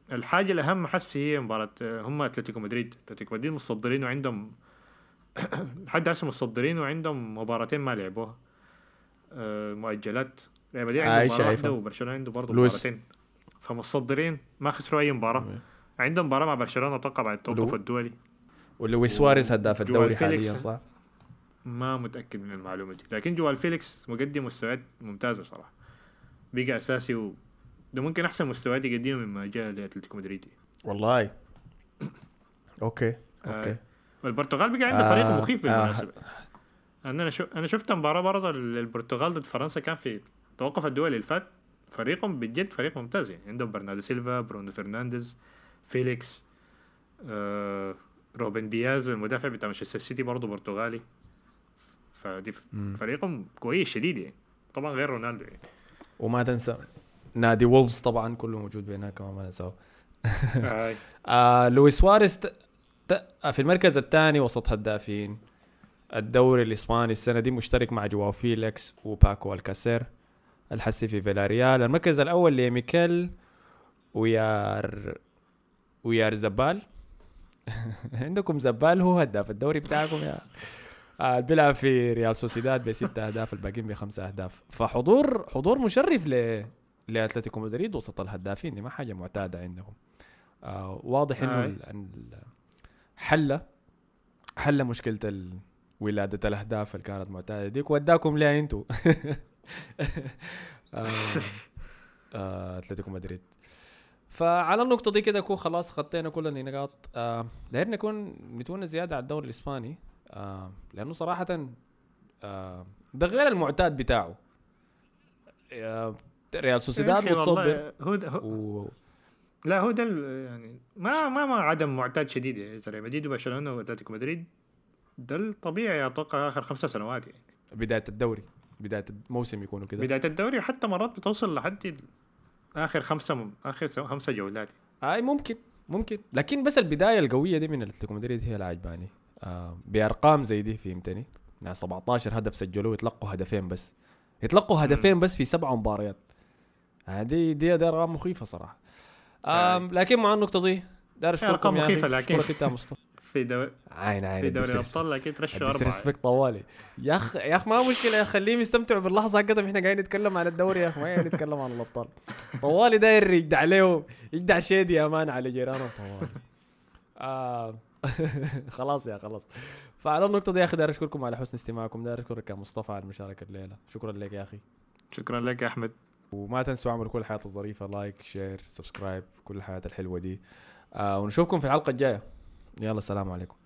الحاجه الاهم حس هي مباراه هم اتلتيكو مدريد اتلتيكو مدريد متصدرين وعندهم حد هسه متصدرين وعندهم مباراتين ما لعبوها أه مؤجلات. ريال مدريد عنده مباراه واحده وبرشلونه عنده برضه مباراتين، فمتصدرين ما خسروا اي مباراه. عندهم مباراه مع برشلونه اتوقع بعد التوقف الدولي. ولويس سواريز هداف الدوري حاليا صح؟ ما متاكد من المعلومه دي، لكن جوال فيليكس مقدم مستويات ممتازه صراحه، بقى اساسي و ده ممكن احسن مستويات يقدمه مما جاء لاتلتيكو مدريد. والله اوكي اوكي آه. والبرتغال بقى عنده فريق مخيف بالمناسبه. آه. انا شو انا شفت مباراه برضه البرتغال ضد فرنسا كان في توقف الدولي اللي فات، فريقهم بجد فريق ممتاز يعني. عندهم برناردو سيلفا، برونو فرنانديز، فيليكس، آه، روبن دياز المدافع بتاع مانشستر سيتي برضه برتغالي، فدي فريقهم كويس شديد يعني، طبعا غير رونالدو يعني. وما تنسى نادي وولفز طبعا كله موجود بينها كمان ما ننساه. آه. آه لويس سواريز ت... ت... في المركز الثاني وسط هدافين الدوري الإسباني السنة دي، مشترك مع جواو فيليكس وباكو الكاسير الحسي في فيلاريال. المركز الأول لميكيل ويار ويار زبال. عندكم زبال هو هداف الدوري بتاعكم يا آه بيلعب في ريال سوسيداد بستة أهداف، الباقيين بخمسة أهداف. فحضور حضور مشرف ل لأتلتيكو مدريد وسط الهدافين، دي ما حاجة معتادة عندهم. آه واضح إنه ال... حل حل مشكلة ال... ولادة الأهداف اللي كانت معتادة ديك وداكم ليه انتو. أتلتيكو مدريد. فعلى النقطة دي كده كو خلاص خطينا كل النقاط. آه داير نكون نتونا زيادة على الدوري الإسباني، آه لأنه صراحة آه ده غير المعتاد بتاعه. آه ريال سوسيداد متصدر هو, هو و... لا هو ده يعني ما ما ما عدم معتاد شديد يعني. ريال مدريد وبرشلونة وأتلتيكو مدريد ده الطبيعي اتوقع اخر خمسة سنوات يعني. بدايه الدوري بدايه الموسم يكونوا كده، بدايه الدوري حتى مرات بتوصل لحد اخر خمسه م... اخر خمسه جولات. اي ممكن ممكن لكن بس البدايه القويه دي من اتلتيكو مدريد هي اللي عجباني. آه بارقام زي دي فهمتني، يعني سبعتاشر هدف سجلوه يتلقوا هدفين بس يتلقوا هدفين بس في سبع مباريات. هذه دي دي ارقام مخيفه صراحه. آه لكن مع النقطه دي دار اشكركم يا اخي، لكن اشكرك انت مصطفى في دوري عين عين في دوري الابطال لكن ترشوا اربعه ديسريسبكت طوالي يا اخ يا اخ ما مشكله، خليهم يستمتعوا باللحظه حقتهم. احنا قاعدين نتكلم عن الدوري يا اخ، ما قاعدين نتكلم عن الابطال. طوالي داير يجدع عليهم، يجدع شيدي امان على جيرانه طوالي. آه خلاص يا خلاص. فعلى النقطه دي يا اخي داير اشكركم على حسن استماعكم، داير اشكرك يا مصطفى على المشاركه الليله. شكرا لك يا اخي. شكرا لك يا احمد، وما تنسوا اعملوا كل الحياة الظريفه، لايك شير سبسكرايب، كل الحياة الحلوه دي. آه ونشوفكم في الحلقه الجايه. يلا السلام عليكم.